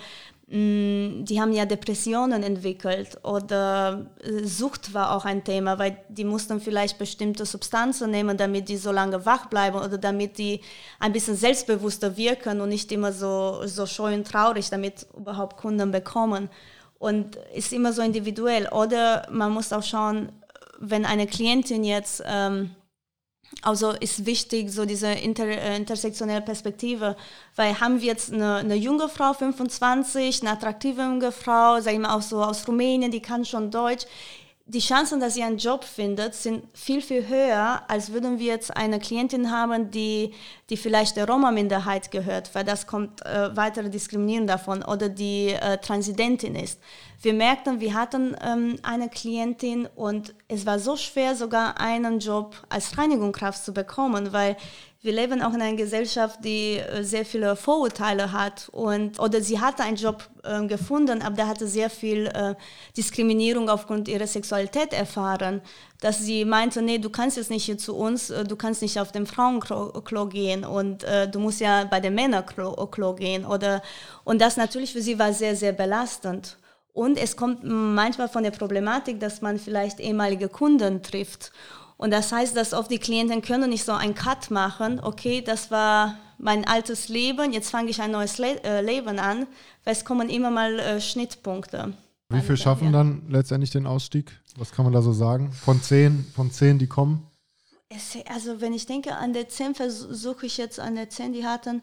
S1: mh, die haben ja Depressionen entwickelt oder äh, Sucht war auch ein Thema, weil die mussten vielleicht bestimmte Substanzen nehmen, damit die so lange wach bleiben oder damit die ein bisschen selbstbewusster wirken und nicht immer so, so scheu und traurig, damit überhaupt Kunden bekommen. Und ist immer so individuell. Oder man muss auch schauen, wenn eine Klientin jetzt ähm, Also ist wichtig, so diese inter, äh, intersektionelle Perspektive, weil haben wir jetzt eine, eine junge Frau, fünfundzwanzig, eine attraktive junge Frau, sag ich mal auch so aus Rumänien, die kann schon Deutsch. Die Chancen, dass sie einen Job findet, sind viel, viel höher, als würden wir jetzt eine Klientin haben, die, die vielleicht der Roma-Minderheit gehört, weil das kommt äh, weitere Diskriminierung davon, oder die äh, Transidentin ist. Wir merkten, wir hatten ähm, eine Klientin und es war so schwer, sogar einen Job als Reinigungskraft zu bekommen, weil wir leben auch in einer Gesellschaft, die äh, sehr viele Vorurteile hat. Und, oder sie hatte einen Job äh, gefunden, aber da hatte sehr viel äh, Diskriminierung aufgrund ihrer Sexualität erfahren. Dass sie meinte, nee, du kannst jetzt nicht hier zu uns, äh, du kannst nicht auf dem Frauenklo gehen und äh, du musst ja bei dem Männerklo gehen. Oder, und das natürlich für sie war sehr, sehr belastend. Und es kommt manchmal von der Problematik, dass man vielleicht ehemalige Kunden trifft. Und das heißt, dass oft die Klienten können nicht so einen Cut machen, okay, das war mein altes Leben, jetzt fange ich ein neues Le äh, Leben an, weil es kommen immer mal äh, Schnittpunkte.
S2: Wie viel schaffen dann letztendlich den Ausstieg? Was kann man da so sagen? Von zehn, von zehn, die kommen?
S1: Es, also wenn ich denke, an der zehn versuche ich jetzt an der zehn, die hatten,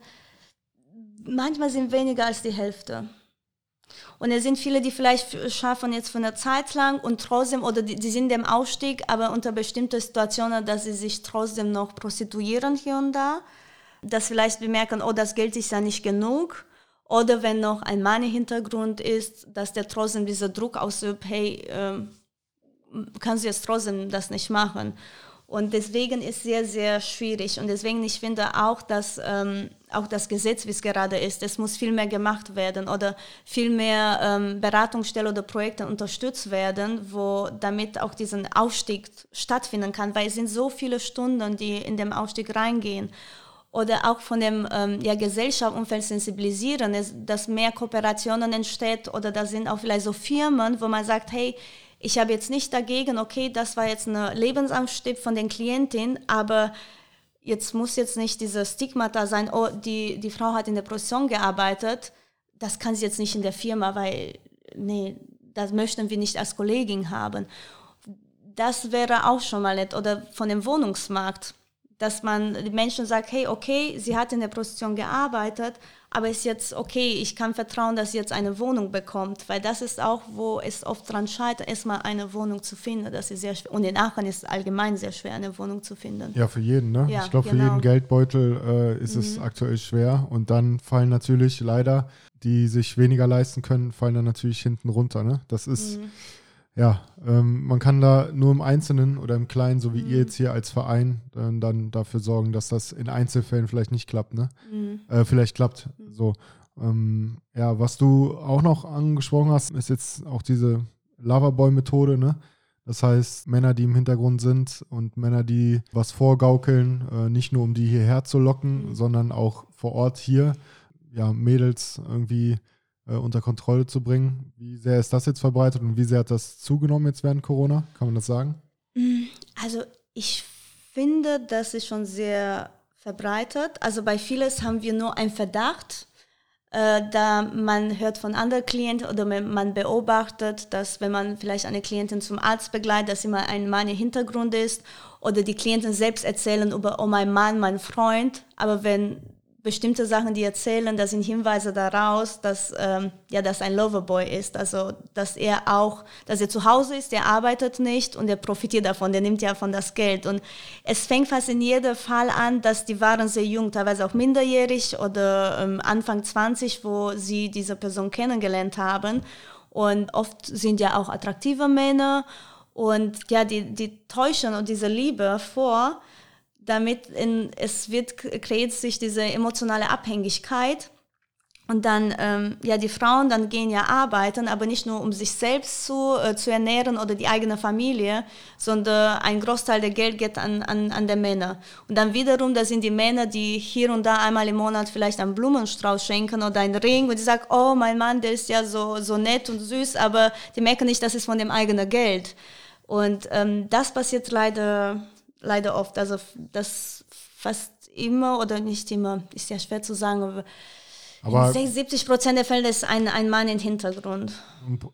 S1: manchmal sind weniger als die Hälfte. Und es sind viele, die vielleicht schaffen jetzt für eine Zeit lang und trotzdem, oder die, die sind im Ausstieg, aber unter bestimmten Situationen, dass sie sich trotzdem noch prostituieren hier und da. Dass vielleicht wir merken, oh, das Geld ist ja nicht genug. Oder wenn noch ein Money-Hintergrund ist, dass der trotzdem dieser Druck ausübt, hey, ähm, kannst du jetzt trotzdem das nicht machen. Und deswegen ist es sehr, sehr schwierig. Und deswegen, ich finde auch, dass ähm, auch das Gesetz, wie es gerade ist, es muss viel mehr gemacht werden oder viel mehr ähm, Beratungsstellen oder Projekte unterstützt werden, wo damit auch diesen Aufstieg stattfinden kann. Weil es sind so viele Stunden, die in den Aufstieg reingehen. Oder auch von dem ähm, ja, Gesellschaftsumfeld sensibilisieren, es, dass mehr Kooperationen entsteht. Oder da sind auch vielleicht so Firmen, wo man sagt, hey, ich habe jetzt nicht dagegen, okay, das war jetzt ein Lebensanstieg von den Klientinnen, aber jetzt muss jetzt nicht dieses Stigma da sein, oh, die, die Frau hat in der Prostitution gearbeitet, das kann sie jetzt nicht in der Firma, weil, nee, das möchten wir nicht als Kollegin haben. Das wäre auch schon mal nett. Oder von dem Wohnungsmarkt, dass man die Menschen sagt, hey, okay, sie hat in der Prostitution gearbeitet, aber ist jetzt okay, ich kann vertrauen, dass sie jetzt eine Wohnung bekommt, weil das ist auch, wo es oft dran scheitert, erstmal eine Wohnung zu finden. Das ist sehr schwer. Und in Aachen ist es allgemein sehr schwer, eine Wohnung zu finden.
S2: Ja, für jeden, ne?
S1: Ja,
S2: ich glaube,
S1: genau.
S2: für jeden Geldbeutel äh, ist
S1: mhm.
S2: es aktuell schwer. Und dann fallen natürlich leider, die sich weniger leisten können, fallen dann natürlich hinten runter, ne? Das ist... Mhm. Ja, ähm, man kann da nur im Einzelnen oder im Kleinen, so wie mhm. ihr jetzt hier als Verein, äh, dann dafür sorgen, dass das in Einzelfällen vielleicht nicht klappt, ne? Mhm. Äh, vielleicht klappt, mhm. so. Ähm, ja, was du auch noch angesprochen hast, ist jetzt auch diese Loverboy-Methode, ne? Das heißt, Männer, die im Hintergrund sind und Männer, die was vorgaukeln, äh, nicht nur um die hierher zu locken, mhm. sondern auch vor Ort hier, ja, Mädels irgendwie unter Kontrolle zu bringen. Wie sehr ist das jetzt verbreitet und wie sehr hat das zugenommen jetzt während Corona? Kann man das sagen?
S1: Also ich finde, das ist schon sehr verbreitet. Also bei vieles haben wir nur einen Verdacht, äh, da man hört von anderen Klienten oder man beobachtet, dass wenn man vielleicht eine Klientin zum Arzt begleitet, dass immer ein Mann im Hintergrund ist oder die Klienten selbst erzählen über, oh mein Mann, mein Freund, aber wenn bestimmte Sachen, die erzählen, da sind Hinweise daraus, dass ähm, ja, das ein Loverboy ist, also dass er auch, dass er zu Hause ist, der arbeitet nicht und er profitiert davon, der nimmt ja von das Geld. Und es fängt fast in jedem Fall an, dass die waren sehr jung, teilweise auch minderjährig oder ähm, Anfang zwanzig, wo sie diese Person kennengelernt haben. Und oft sind ja auch attraktive Männer und ja, die, die täuschen und diese Liebe vor, damit in, es wird, kreiert sich diese emotionale Abhängigkeit und dann, ähm, ja, die Frauen dann gehen ja arbeiten, aber nicht nur um sich selbst zu, äh, zu ernähren oder die eigene Familie, sondern ein Großteil der Geld geht an, an, an die Männer. Und dann wiederum, das sind die Männer, die hier und da einmal im Monat vielleicht einen Blumenstrauß schenken oder einen Ring und die sagen, oh, mein Mann, der ist ja so, so nett und süß, aber die merken nicht, das ist von dem eigenen Geld. Und ähm, das passiert leider Leider oft, also das fast immer oder nicht immer, ist ja schwer zu sagen, aber, aber in siebzig Prozent der Fälle ist ein, ein Mann im Hintergrund.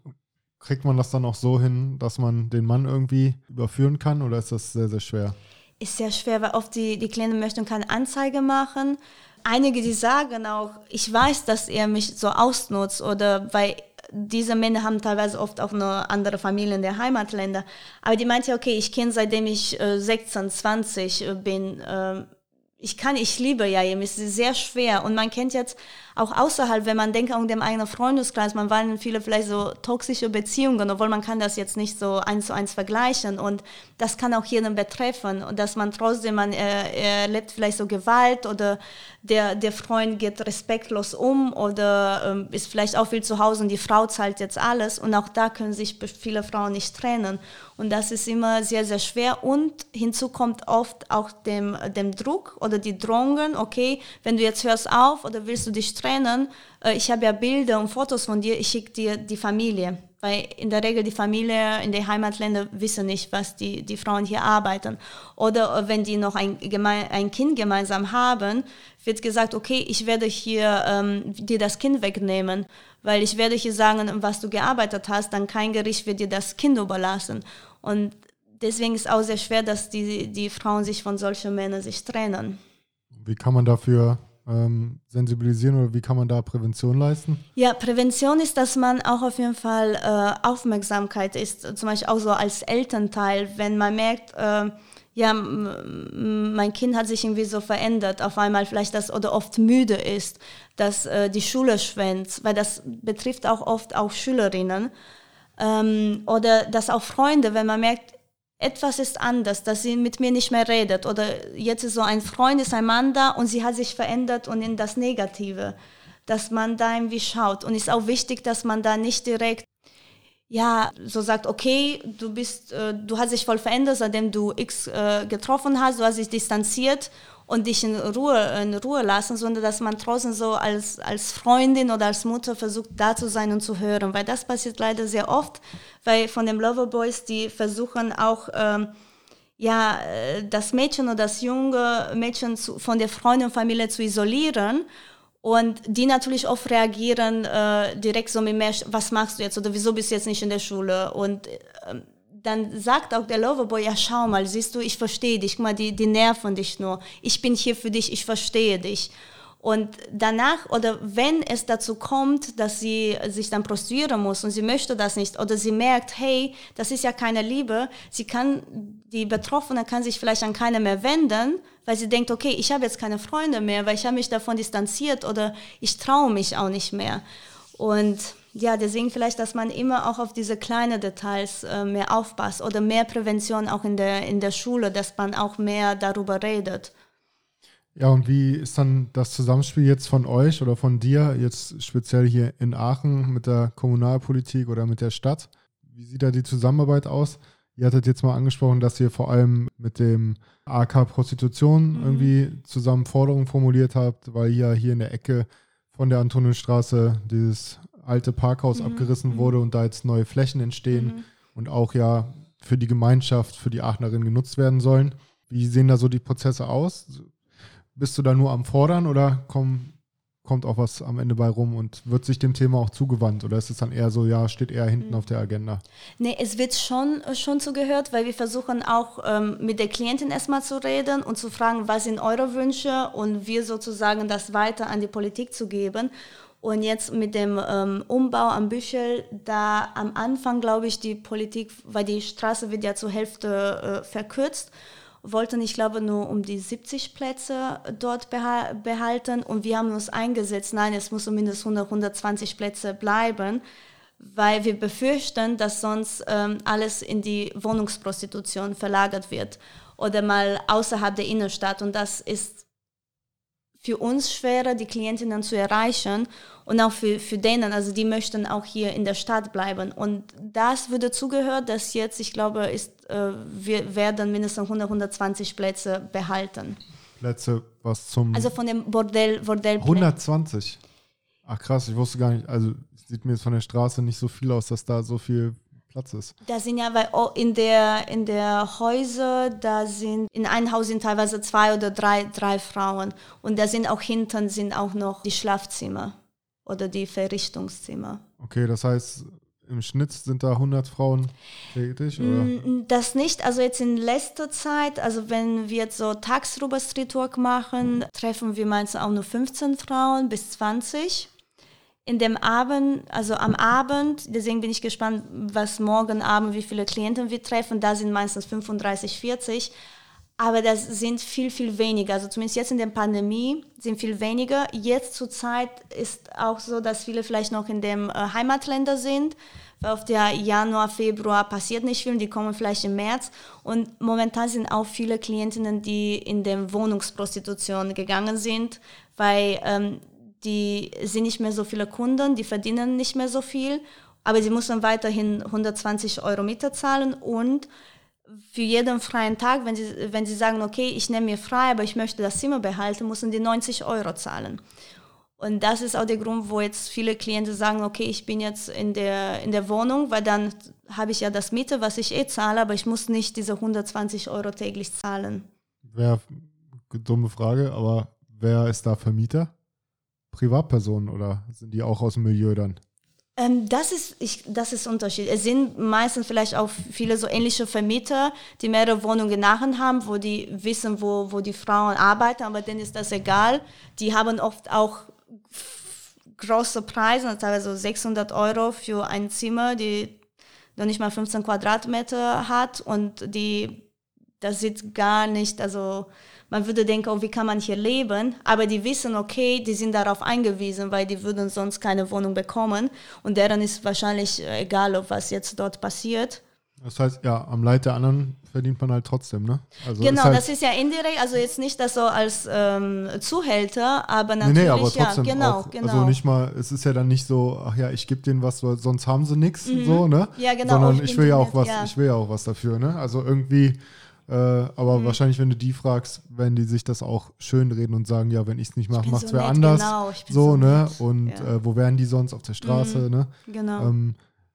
S2: Kriegt man das dann auch so hin, dass man den Mann irgendwie überführen kann oder ist das sehr, sehr schwer?
S1: ist sehr schwer, weil oft die, die Klienten möchten keine Anzeige machen. Einige, die sagen auch, ich weiß, dass er mich so ausnutzt oder weil diese Männer haben teilweise oft auch eine andere Familie in der Heimatländer. Aber die meinte, okay, ich kenne seitdem ich äh, sechzehn, zwanzig äh, bin, äh, ich kann, ich liebe ja ihn, es ist sehr schwer und man kennt jetzt auch außerhalb, wenn man denkt an den eigenen Freundeskreis, man war in viele vielleicht so toxische Beziehungen, obwohl man kann das jetzt nicht so eins zu eins vergleichen und das kann auch jeden betreffen und dass man trotzdem, man er, er erlebt vielleicht so Gewalt oder der, der Freund geht respektlos um oder ähm, ist vielleicht auch viel zu Hause und die Frau zahlt jetzt alles und auch da können sich viele Frauen nicht trennen und das ist immer sehr, sehr schwer und hinzu kommt oft auch dem, dem Druck oder die Drohungen, okay, wenn du jetzt hörst auf oder willst du dich trennen, äh, ich habe ja Bilder und Fotos von dir, ich schicke dir die Familie, weil in der Regel die Familie in den Heimatländern wissen nicht, was die, die Frauen hier arbeiten. Oder äh, wenn die noch ein, geme- ein Kind gemeinsam haben, wird gesagt, okay, ich werde hier ähm, dir das Kind wegnehmen, weil ich werde hier sagen, was du gearbeitet hast, dann kein Gericht wird dir das Kind überlassen. Und deswegen ist es auch sehr schwer, dass die, die Frauen sich von solchen Männern sich trennen.
S2: Wie kann man dafür ähm, sensibilisieren oder wie kann man da Prävention leisten?
S1: Ja, Prävention ist, dass man auch auf jeden Fall äh, Aufmerksamkeit ist, zum Beispiel auch so als Elternteil, wenn man merkt, äh, ja, m- mein Kind hat sich irgendwie so verändert, auf einmal vielleicht das oder oft müde ist, dass äh, die Schule schwänzt, weil das betrifft auch oft auch Schülerinnen ähm, oder dass auch Freunde, wenn man merkt, etwas ist anders, dass sie mit mir nicht mehr redet oder jetzt ist so ein Freund, ist ein Mann da und sie hat sich verändert und in das Negative, dass man da irgendwie schaut und es ist auch wichtig, dass man da nicht direkt ja, so sagt, okay, du bist, äh, du hast dich voll verändert, seitdem du X äh, getroffen hast, du hast dich distanziert und dich in Ruhe, in Ruhe lassen, sondern dass man trotzdem so als, als Freundin oder als Mutter versucht, da zu sein und zu hören, weil das passiert leider sehr oft, weil von den Loverboys, die versuchen auch, ähm, ja, das Mädchen oder das junge Mädchen zu, von der Freundin-Familie zu isolieren. Und die natürlich oft reagieren äh, direkt so mit mehr, was machst du jetzt oder wieso bist du jetzt nicht in der Schule? Und äh, dann sagt auch der Loverboy, ja schau mal, siehst du, ich verstehe dich, guck mal, die, die nerven dich nur. Ich bin hier für dich, ich verstehe dich. Und danach oder wenn es dazu kommt, dass sie sich dann prostituieren muss und sie möchte das nicht oder sie merkt, hey, das ist ja keine Liebe, sie kann, die Betroffene kann sich vielleicht an keiner mehr wenden, weil sie denkt, okay, ich habe jetzt keine Freunde mehr, weil ich habe mich davon distanziert oder ich traue mich auch nicht mehr. Und ja, deswegen vielleicht, dass man immer auch auf diese kleinen Details äh, mehr aufpasst oder mehr Prävention auch in der, in der Schule, dass man auch mehr darüber redet.
S2: Ja, und wie ist dann das Zusammenspiel jetzt von euch oder von dir, jetzt speziell hier in Aachen mit der Kommunalpolitik oder mit der Stadt? Wie sieht da die Zusammenarbeit aus? Ihr hattet jetzt mal angesprochen, dass ihr vor allem mit dem A K Prostitution mhm. irgendwie zusammen Forderungen formuliert habt, weil ja hier in der Ecke von der Antonienstraße dieses alte Parkhaus mhm. abgerissen wurde und da jetzt neue Flächen entstehen mhm. und auch ja für die Gemeinschaft, für die Aachnerinnen genutzt werden sollen. Wie sehen da so die Prozesse aus? Bist du da nur am Fordern oder komm, kommt auch was am Ende bei rum und wird sich dem Thema auch zugewandt? Oder ist es dann eher so, ja, steht eher hinten mhm. auf der Agenda?
S1: Nee, es wird schon, schon zugehört, weil wir versuchen auch ähm, mit der Klientin erstmal zu reden und zu fragen, was sind eure Wünsche und wir sozusagen das weiter an die Politik zu geben. Und jetzt mit dem ähm, Umbau am Büchel, da am Anfang, glaube ich, die Politik, weil die Straße wird ja zur Hälfte äh, verkürzt, wollten, ich glaube, nur um die siebzig Plätze dort beha- behalten und wir haben uns eingesetzt, nein, es muss zumindest hundert, hundertzwanzig Plätze bleiben, weil wir befürchten, dass sonst ähm, alles in die Wohnungsprostitution verlagert wird oder mal außerhalb der Innenstadt und das ist für uns schwerer, die Klientinnen zu erreichen und auch für, für denen, also die möchten auch hier in der Stadt bleiben. Und das würde zugehört, dass jetzt, ich glaube, ist, äh, wir werden mindestens hundert, hundertzwanzig Plätze behalten.
S2: Plätze, was zum...
S1: Also von dem Bordell, Bordell
S2: hundertzwanzig? Ach krass, ich wusste gar nicht, also sieht mir jetzt von der Straße nicht so viel aus, dass da so viel Platz ist.
S1: Da sind ja, weil in der, in der Häuser, da sind, in einem Haus sind teilweise zwei oder drei, drei Frauen und da sind auch hinten sind auch noch die Schlafzimmer oder die Verrichtungszimmer.
S2: Okay, das heißt, im Schnitt sind da hundert Frauen tätig, oder?
S1: Das nicht, also jetzt in letzter Zeit, also wenn wir jetzt so tagsüber Streetwork machen, treffen wir meistens auch nur fünfzehn Frauen bis zwanzig. In dem Abend, also am Abend, deswegen bin ich gespannt, was morgen Abend, wie viele Klienten wir treffen, da sind meistens fünfunddreißig, vierzig, aber das sind viel, viel weniger, also zumindest jetzt in der Pandemie sind viel weniger. Jetzt zur Zeit ist auch so, dass viele vielleicht noch in dem äh, Heimatländer sind, weil auf der Januar, Februar passiert nicht viel, die kommen vielleicht im März und momentan sind auch viele Klientinnen, die in der Wohnungsprostitution gegangen sind, weil ähm, die sind nicht mehr so viele Kunden, die verdienen nicht mehr so viel, aber sie müssen weiterhin hundertzwanzig Euro Miete zahlen und für jeden freien Tag, wenn sie, wenn sie sagen, okay, ich nehme mir frei, aber ich möchte das Zimmer behalten, müssen die neunzig Euro zahlen. Und das ist auch der Grund, wo jetzt viele Klienten sagen, okay, ich bin jetzt in der, in der Wohnung, weil dann habe ich ja das Miete, was ich eh zahle, aber ich muss nicht diese hundertzwanzig Euro täglich zahlen.
S2: Wer, dumme Frage, aber wer ist da Vermieter? Privatpersonen oder sind die auch aus dem Milieu dann?
S1: Ähm, das ist, ich, das ist Unterschied. Es sind meistens vielleicht auch viele so ähnliche Vermieter, die mehrere Wohnungen nachher haben, wo die wissen, wo, wo die Frauen arbeiten, aber denen ist das egal. Die haben oft auch große Preise, teilweise sechshundert Euro für ein Zimmer, die noch nicht mal fünfzehn Quadratmeter hat und die, das sieht gar nicht, also man würde denken, oh, wie kann man hier leben? Aber die wissen, okay, die sind darauf eingewiesen, weil die würden sonst keine Wohnung bekommen. Und deren ist wahrscheinlich egal, ob was jetzt dort passiert.
S2: Das heißt, ja, am Leid der anderen verdient man halt trotzdem, ne? Also
S1: genau,
S2: ist halt
S1: das ist ja indirekt, also jetzt nicht das so als ähm, Zuhälter, aber natürlich,
S2: nee, nee, aber trotzdem
S1: ja, genau,
S2: auch,
S1: genau.
S2: Also nicht mal, es ist ja dann nicht so, ach ja, ich gebe denen was, sonst haben sie nichts,
S1: Mhm.
S2: so, ne?
S1: Ja, genau.
S2: Sondern
S1: ich
S2: ich will ja auch
S1: nett,
S2: was,
S1: ja.
S2: ich will ja auch was dafür, ne? Also irgendwie, äh, aber
S1: Mhm.
S2: wahrscheinlich, wenn du die fragst, werden die sich das auch schönreden und sagen, ja, wenn ich es nicht mache,
S1: bin
S2: macht es
S1: so
S2: wer
S1: nett,
S2: anders.
S1: genau, ich bin
S2: so,
S1: so
S2: ne?
S1: nett,
S2: Und
S1: ja.
S2: äh, wo wären die sonst auf der Straße,
S1: Mhm.
S2: ne?
S1: Genau.
S2: Ähm,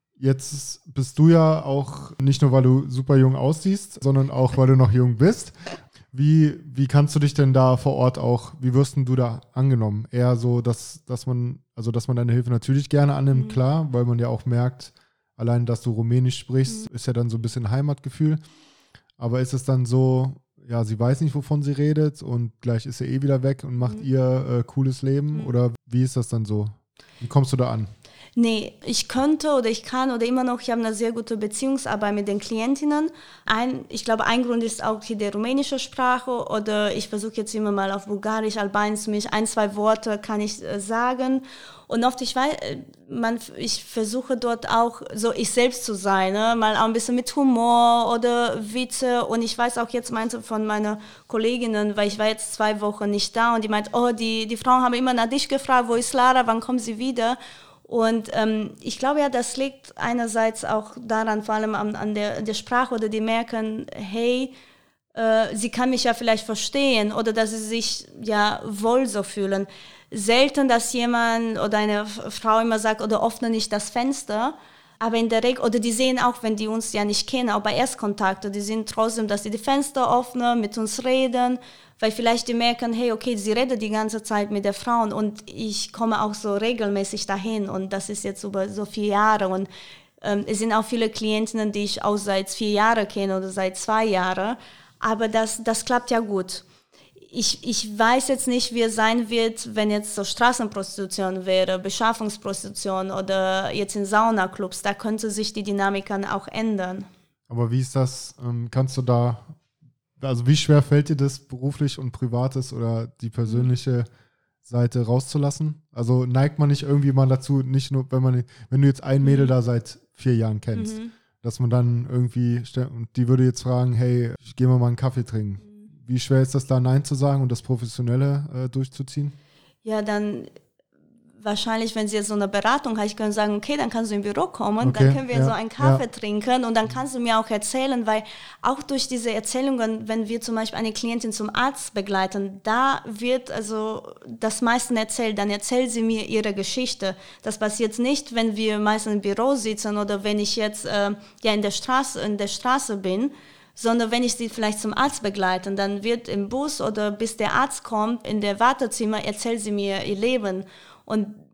S2: Jetzt bist du ja auch, nicht nur weil du super jung aussiehst, sondern auch weil du noch jung bist. Wie, wie kannst du dich denn da vor Ort auch, wie wirst denn du da angenommen? Eher so, dass, dass man, also dass man deine Hilfe natürlich gerne annimmt,
S1: Mhm.
S2: klar, weil man ja auch merkt, allein, dass du Rumänisch sprichst,
S1: Mhm.
S2: ist ja dann so ein bisschen Heimatgefühl. Aber ist es dann so, ja, sie weiß nicht, wovon sie redet und gleich ist sie eh wieder weg und macht
S1: Mhm.
S2: ihr äh, cooles Leben?
S1: Mhm.
S2: Oder wie ist das dann so? Wie kommst du da an?
S1: Nee, ich könnte oder ich kann oder immer noch, ich habe eine sehr gute Beziehungsarbeit mit den Klientinnen. Ein, ich glaube, ein Grund ist auch die rumänische Sprache oder ich versuche jetzt immer mal auf Bulgarisch, Albanisch, mich ein, zwei Worte kann ich äh, sagen. Und oft, ich weiß, man, ich versuche dort auch so ich selbst zu sein, ne? Mal auch ein bisschen mit Humor oder Witze. Und ich weiß auch jetzt meinte von meiner Kolleginnen, weil ich war jetzt zwei Wochen nicht da und die meint, oh, die, die Frauen haben immer nach dich gefragt, wo ist Lara, wann kommt sie wieder? Und ähm, ich glaube ja, das liegt einerseits auch daran, vor allem an, an der, der Sprache, oder die merken, hey, äh, sie kann mich ja vielleicht verstehen oder dass sie sich ja wohl so fühlen. Selten, dass jemand oder eine Frau immer sagt, oder öffne nicht das Fenster, aber in der Regel, oder die sehen auch, wenn die uns ja nicht kennen, auch bei Erstkontakten, die sehen trotzdem, dass sie die Fenster öffnen, mit uns reden, weil vielleicht die merken, hey, okay, sie redet die ganze Zeit mit der Frau und ich komme auch so regelmäßig dahin und das ist jetzt über so vier Jahre und ähm, es sind auch viele Klientinnen, die ich auch seit vier Jahren kenne oder seit zwei Jahren, aber das, das klappt ja gut. Ich, ich weiß jetzt nicht, wie es sein wird, wenn jetzt so Straßenprostitution wäre, Beschaffungsprostitution oder jetzt in Saunaclubs, da könnte sich die Dynamik dann auch ändern.
S2: Aber wie ist das, ähm, kannst du da, also wie schwer fällt dir das, beruflich und privates oder die persönliche Seite rauszulassen? Also neigt man nicht irgendwie mal dazu, nicht nur, wenn man, wenn du jetzt ein Mädel da seit vier Jahren kennst,
S1: Mhm.
S2: dass man dann irgendwie, und die würde jetzt fragen, hey, ich gehe mal einen Kaffee trinken. Wie schwer ist das da, Nein zu sagen und das Professionelle äh, durchzuziehen?
S1: Ja, dann wahrscheinlich, wenn sie jetzt so eine Beratung hat, ich kann sagen, okay, dann kannst du im Büro kommen,
S2: Okay,
S1: dann können wir
S2: ja,
S1: so einen Kaffee
S2: ja.
S1: trinken und dann kannst du mir auch erzählen, weil auch durch diese Erzählungen, wenn wir zum Beispiel eine Klientin zum Arzt begleiten, da wird also das meiste erzählt, dann erzählt sie mir ihre Geschichte. Das passiert nicht, wenn wir meistens im Büro sitzen oder wenn ich jetzt äh, ja in der Straße, in der Straße bin, sondern wenn ich sie vielleicht zum Arzt begleite, dann wird im Bus oder bis der Arzt kommt, in der Wartezimmer, erzählt sie mir ihr Leben. Und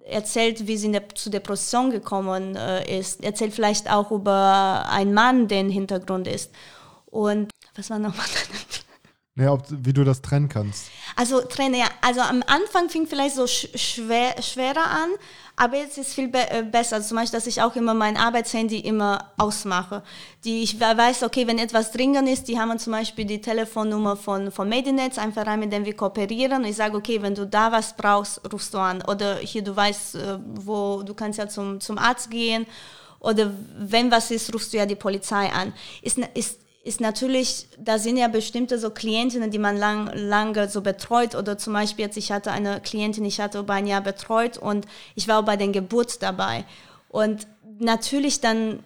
S1: erzählt, wie sie in der, zu Depression gekommen äh, ist. Erzählt vielleicht auch über einen Mann, der im Hintergrund ist. Und was war nochmal?
S2: Ja, ob, wie du das trennen kannst.
S1: Also trennen, ja. Also am Anfang fing vielleicht so schwer, schwerer an, aber jetzt ist es viel be- besser. Also zum Beispiel, dass ich auch immer mein Arbeitshandy immer ausmache. Die, ich weiß, okay, wenn etwas dringend ist, die haben zum Beispiel die Telefonnummer von, von Medinetz, einfach rein, mit dem wir kooperieren. Und ich sage, okay, wenn du da was brauchst, rufst du an. Oder hier, du weißt, wo, du kannst ja zum, zum Arzt gehen. Oder wenn was ist, rufst du ja die Polizei an. Ist, ist ist natürlich, da sind ja bestimmte so Klientinnen, die man lang, lange so betreut, oder zum Beispiel jetzt, ich hatte eine Klientin, ich hatte über ein Jahr betreut und ich war auch bei der Geburt dabei. Und natürlich dann,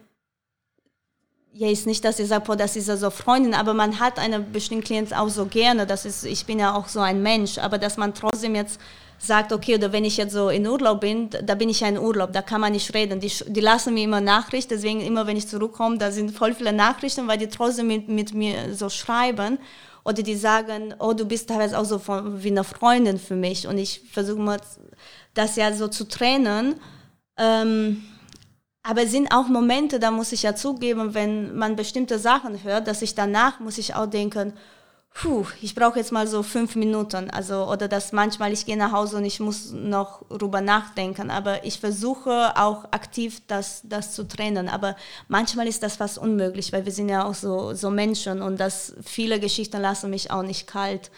S1: ja, ist nicht, dass ich sage, boah, das ist ja so Freundin, aber man hat eine bestimmte Klientin auch so gerne, das ist, ich bin ja auch so ein Mensch, aber dass man trotzdem jetzt sagt, okay, oder wenn ich jetzt so in Urlaub bin, da bin ich ja in Urlaub, da kann man nicht reden. Die, die lassen mir immer Nachrichten, deswegen immer, wenn ich zurückkomme, da sind voll viele Nachrichten, weil die trotzdem mit, mit mir so schreiben. Oder die sagen, oh, du bist teilweise auch so von, wie eine Freundin für mich. Und ich versuche mal, das ja so zu trennen. Ähm, aber es sind auch Momente, da muss ich ja zugeben, wenn man bestimmte Sachen hört, dass ich danach, muss ich auch denken, puh, ich brauche jetzt mal so fünf Minuten, also, oder dass manchmal ich gehe nach Hause und ich muss noch drüber nachdenken, aber ich versuche auch aktiv das, das zu trennen, aber manchmal ist das fast unmöglich, weil wir sind ja auch so, so Menschen und das, viele Geschichten lassen mich auch nicht kalt.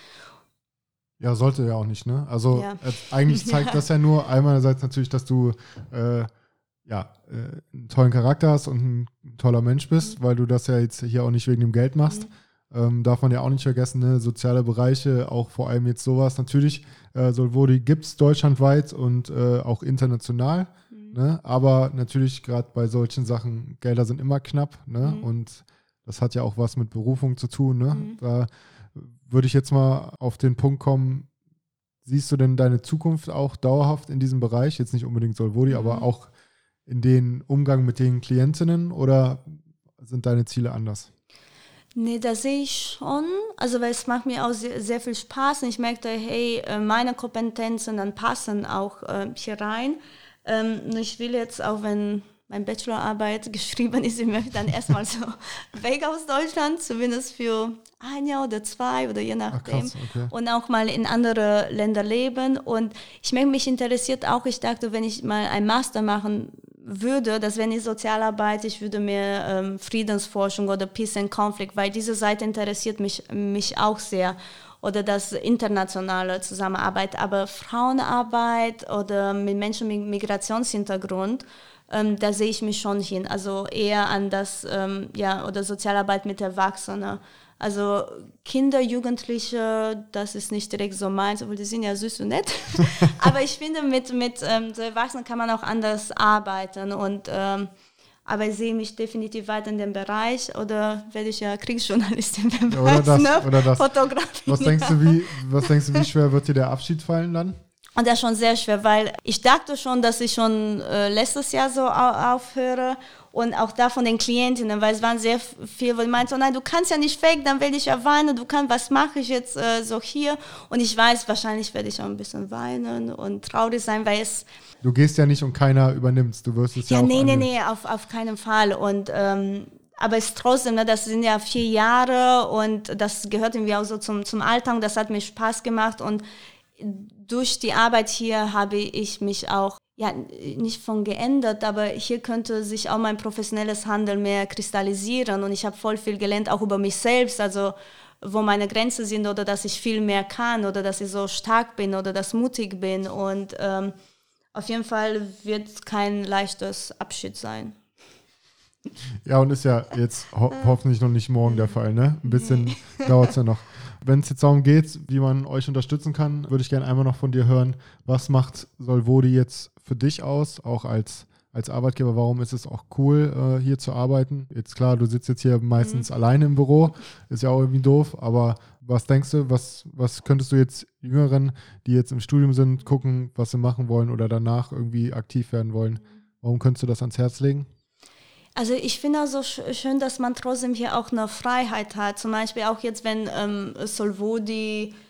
S2: Ja, sollte ja auch nicht, ne? Also
S1: ja.
S2: äh, eigentlich zeigt ja. das ja nur einerseits natürlich, dass du äh, ja, äh, einen tollen Charakter hast und ein toller Mensch bist, mhm. weil du das ja jetzt hier auch nicht wegen dem Geld machst. Mhm. Ähm, darf man ja auch nicht vergessen, ne? Soziale Bereiche, auch vor allem jetzt sowas. Natürlich, äh, Solvodi gibt es deutschlandweit und äh, auch international, mhm. ne? Aber natürlich gerade bei solchen Sachen, Gelder sind immer knapp, ne? Mhm. Und das hat ja auch was mit Berufung zu tun. Ne? Mhm. Da würde ich jetzt mal auf den Punkt kommen, siehst du denn deine Zukunft auch dauerhaft in diesem Bereich, jetzt nicht unbedingt Solvodi, mhm. aber auch in den Umgang mit den Klientinnen, oder sind deine Ziele anders?
S1: Nee, das sehe ich schon. Also, weil es macht mir auch sehr, sehr viel Spaß und ich merkte, hey, meine Kompetenzen dann passen auch äh, hier rein. Ähm, ich will jetzt, auch wenn meine Bachelorarbeit geschrieben ist, ich möchte dann erstmal so weg aus Deutschland, zumindest für ein Jahr oder zwei oder je nachdem. Ach, krass, okay. Und auch mal in andere Länder leben. Und ich merke, mich interessiert auch, ich dachte, wenn ich mal einen Master machen würde, dass wenn ich Sozialarbeit, ich würde mir ähm, Friedensforschung oder Peace and Conflict, weil diese Seite interessiert mich, mich auch sehr, oder das internationale Zusammenarbeit, aber Frauenarbeit oder mit Menschen mit Migrationshintergrund, ähm, da sehe ich mich schon hin, also eher an das, ähm, ja, oder Sozialarbeit mit Erwachsenen. Also Kinder, Jugendliche, das ist nicht direkt so meins, obwohl die sind ja süß und nett. Aber ich finde, mit, mit ähm, so Erwachsenen kann man auch anders arbeiten. Und, ähm, aber ich sehe mich definitiv weiter in dem Bereich, oder werde ich ja Kriegsjournalistin, wer
S2: ja, oder
S1: weiß,
S2: das,
S1: ne?
S2: Oder das.
S1: Fotografie.
S2: Was denkst du, wie, was denkst du, wie schwer wird dir der Abschied fallen dann?
S1: Und das ist schon sehr schwer, weil ich dachte schon, dass ich schon äh, letztes Jahr so au- aufhöre. Und auch da von den Klientinnen, weil es waren sehr viele, wo ich meinte, oh nein, du kannst ja nicht weg, dann werde ich ja weinen, du kannst, was mache ich jetzt äh, so hier? Und ich weiß, wahrscheinlich werde ich auch ein bisschen weinen und traurig sein, weil es...
S2: Du gehst ja nicht und keiner übernimmst, du wirst es ja, ja auch
S1: nee, nee,
S2: annehmen.
S1: nee, auf, auf keinen Fall. Und, ähm, aber es ist trotzdem, ne, das sind ja vier Jahre und das gehört irgendwie auch so zum, zum Alltag, das hat mir Spaß gemacht und durch die Arbeit hier habe ich mich auch ja, nicht von geändert, aber hier könnte sich auch mein professionelles Handeln mehr kristallisieren und ich habe voll viel gelernt, auch über mich selbst, also wo meine Grenzen sind oder dass ich viel mehr kann oder dass ich so stark bin oder dass ich mutig bin und ähm, auf jeden Fall wird kein leichtes Abschied sein.
S2: Ja, und ist ja jetzt ho- hoffentlich noch nicht morgen der Fall, ne? Ein bisschen nee. dauert es ja noch. Wenn es jetzt darum geht, wie man euch unterstützen kann, würde ich gerne einmal noch von dir hören, was macht Solvodi jetzt für dich aus, auch als, als Arbeitgeber? Warum ist es auch cool, äh, hier zu arbeiten? Jetzt klar, du sitzt jetzt hier meistens mhm. alleine im Büro, ist ja auch irgendwie doof, aber was denkst du, was, was könntest du jetzt Jüngeren, die jetzt im Studium sind, gucken, was sie machen wollen oder danach irgendwie aktiv werden wollen? Warum könntest du das ans Herz legen?
S1: Also ich finde auch so sch- schön, dass man trotzdem hier auch eine Freiheit hat. Zum Beispiel auch jetzt, wenn ähm, Solvodi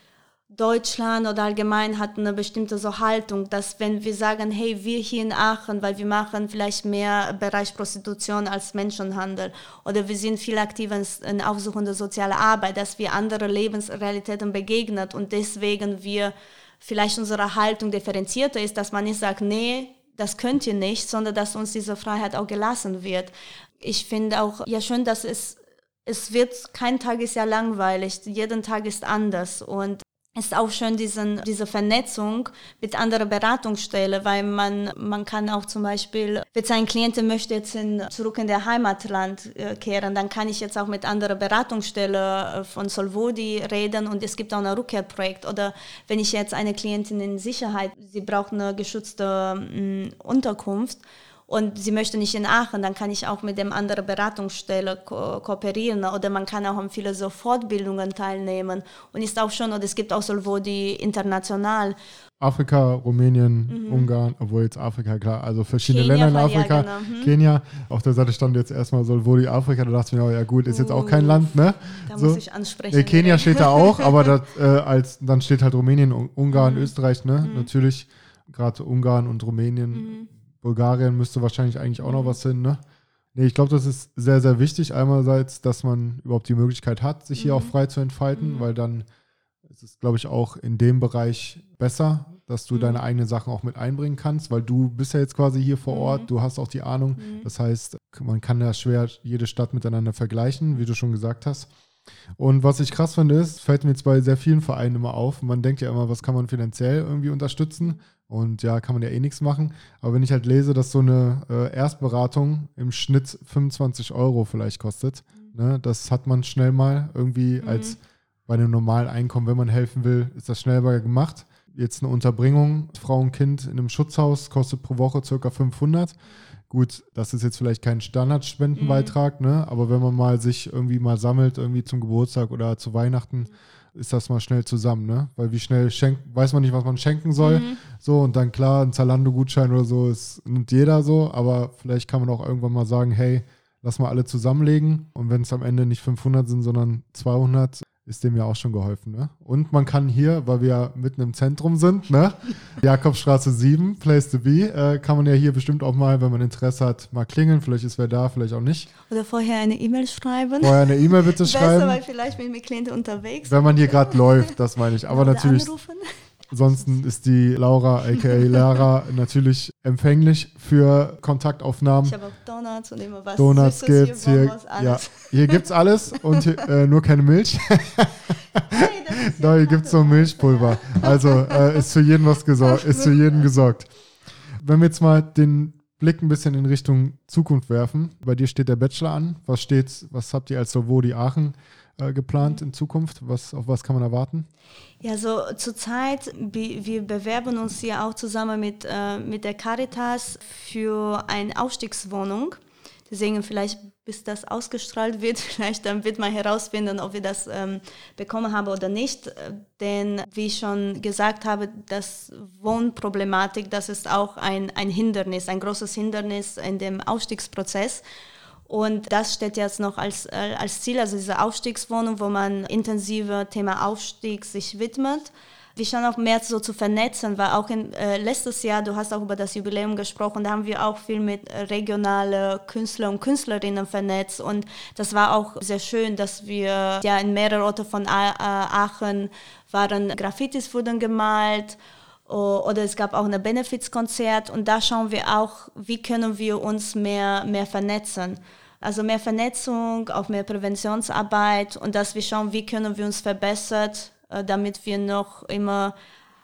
S1: Deutschland oder allgemein hat eine bestimmte so Haltung, dass wenn wir sagen, hey, wir hier in Aachen, weil wir machen vielleicht mehr Bereich Prostitution als Menschenhandel oder wir sind viel aktiver in aufsuchender sozialer Arbeit, dass wir andere Lebensrealitäten begegnen und deswegen wir vielleicht unsere Haltung differenzierter ist, dass man nicht sagt, nee, das könnt ihr nicht, sondern dass uns diese Freiheit auch gelassen wird. Ich finde auch ja schön, dass es, es wird, kein Tag ist ja langweilig, jeden Tag ist anders und es ist auch schön, diesen, diese Vernetzung mit anderen Beratungsstellen, weil man, man kann auch zum Beispiel, wenn ein Klient möchte jetzt in, zurück in der Heimatland äh, kehren, dann kann ich jetzt auch mit anderen Beratungsstellen äh, von Solvodi reden und es gibt auch ein Rückkehrprojekt. Oder wenn ich jetzt eine Klientin in Sicherheit, sie braucht eine geschützte mh, Unterkunft, und sie möchte nicht in Aachen, dann kann ich auch mit dem anderen Beratungsstelle ko- kooperieren oder man kann auch an viele so Fortbildungen teilnehmen und ist auch schon, oder es gibt auch Solvodi international.
S2: Afrika, Rumänien, mhm. Ungarn, obwohl jetzt Afrika, klar, also verschiedene
S1: Kenia,
S2: Länder in Afrika,
S1: ja, genau. mhm.
S2: Kenia, auf der Seite stand jetzt erstmal Solvodi Afrika, da dachte ich mir, oh, ja gut, ist jetzt auch kein Land, ne?
S1: Da
S2: so.
S1: muss ich ansprechen.
S2: Nee, Kenia steht da auch, aber das, äh, als, dann steht halt Rumänien, Ungarn, mhm. Österreich, ne? Mhm. Natürlich, gerade Ungarn und Rumänien, mhm. Bulgarien müsste wahrscheinlich eigentlich auch noch was hin, ne? Nee, ich glaube, das ist sehr, sehr wichtig. Einerseits, dass man überhaupt die Möglichkeit hat, sich hier mhm. auch frei zu entfalten, mhm. weil dann ist es, glaube ich, auch in dem Bereich besser, dass du mhm. deine eigenen Sachen auch mit einbringen kannst, weil du bist ja jetzt quasi hier vor Ort, mhm. du hast auch die Ahnung. Mhm. Das heißt, man kann ja schwer jede Stadt miteinander vergleichen, wie du schon gesagt hast. Und was ich krass finde, ist, fällt mir jetzt bei sehr vielen Vereinen immer auf, man denkt ja immer, was kann man finanziell irgendwie unterstützen? Und ja, kann man ja eh nichts machen. Aber wenn ich halt lese, dass so eine äh, Erstberatung im Schnitt fünfundzwanzig Euro vielleicht kostet, mhm. ne, das hat man schnell mal irgendwie mhm. als bei einem normalen Einkommen, wenn man helfen will, ist das schnell mal gemacht. Jetzt eine Unterbringung, Frau und Kind in einem Schutzhaus, kostet pro Woche ca. fünfhundert. Gut, das ist jetzt vielleicht kein Standardspendenbeitrag, mhm. ne? Aber wenn man mal sich irgendwie mal sammelt, irgendwie zum Geburtstag oder zu Weihnachten, ist das mal schnell zusammen, ne? Weil wie schnell schenkt, weiß man nicht, was man schenken soll. Mhm. So, und dann klar, ein Zalando-Gutschein oder so, das nimmt jeder so, aber vielleicht kann man auch irgendwann mal sagen, hey, lass mal alle zusammenlegen. Und wenn es am Ende nicht fünfhundert sind, sondern zweihundert, ist dem ja auch schon geholfen, ne? Und man kann hier, weil wir ja mitten im Zentrum sind, ne? Jakobstraße sieben, Place to be, äh, kann man ja hier bestimmt auch mal, wenn man Interesse hat, mal klingeln. Vielleicht ist wer da, vielleicht auch nicht.
S1: Oder vorher eine E-Mail schreiben.
S2: Vorher eine E-Mail bitte schreiben.
S1: Besser, weil vielleicht bin ich mit Klienten unterwegs.
S2: Wenn man hier gerade läuft, das meine ich. Aber
S1: oder
S2: natürlich,
S1: anrufen.
S2: Ansonsten ist die Laura, aka Lara, natürlich empfänglich für Kontaktaufnahmen.
S1: Ich habe auch Donuts und immer was
S2: Donuts
S1: Süßes
S2: gibt's hier.
S1: hier,
S2: ja, hier gibt's alles und hier, äh, nur keine Milch.
S1: Hey,
S2: da hier gibt's so Milchpulver. Also äh, ist für jeden was gesorgt, ist für jeden gesorgt. Wenn wir jetzt mal den Blick ein bisschen in Richtung Zukunft werfen, bei dir steht der Bachelor an. Was steht, was habt ihr als Solvodi Aachen äh, geplant in Zukunft? Was, auf was kann man erwarten?
S1: Ja, so zurzeit, wir bewerben uns hier auch zusammen mit, äh, mit der Caritas für eine Aufstiegswohnung. Deswegen vielleicht, bis das ausgestrahlt wird, vielleicht dann wird man herausfinden, ob wir das ähm, bekommen haben oder nicht. Denn wie ich schon gesagt habe, das Wohnproblematik, das ist auch ein, ein Hindernis, ein großes Hindernis in dem Aufstiegsprozess. Und das steht jetzt noch als, äh, als Ziel, also diese Aufstiegswohnung, wo man intensiver Thema Aufstieg sich widmet. Wir schauen auch mehr so zu vernetzen, weil auch in, äh, letztes Jahr, du hast auch über das Jubiläum gesprochen, da haben wir auch viel mit regionalen Künstlern und Künstlerinnen vernetzt und das war auch sehr schön, dass wir ja in mehreren Orten von Aachen waren, Graffitis wurden gemalt oder es gab auch ein Benefizkonzert und da schauen wir auch, wie können wir uns mehr, mehr vernetzen. Also mehr Vernetzung, auch mehr Präventionsarbeit und dass wir schauen, wie können wir uns verbessern, damit wir noch immer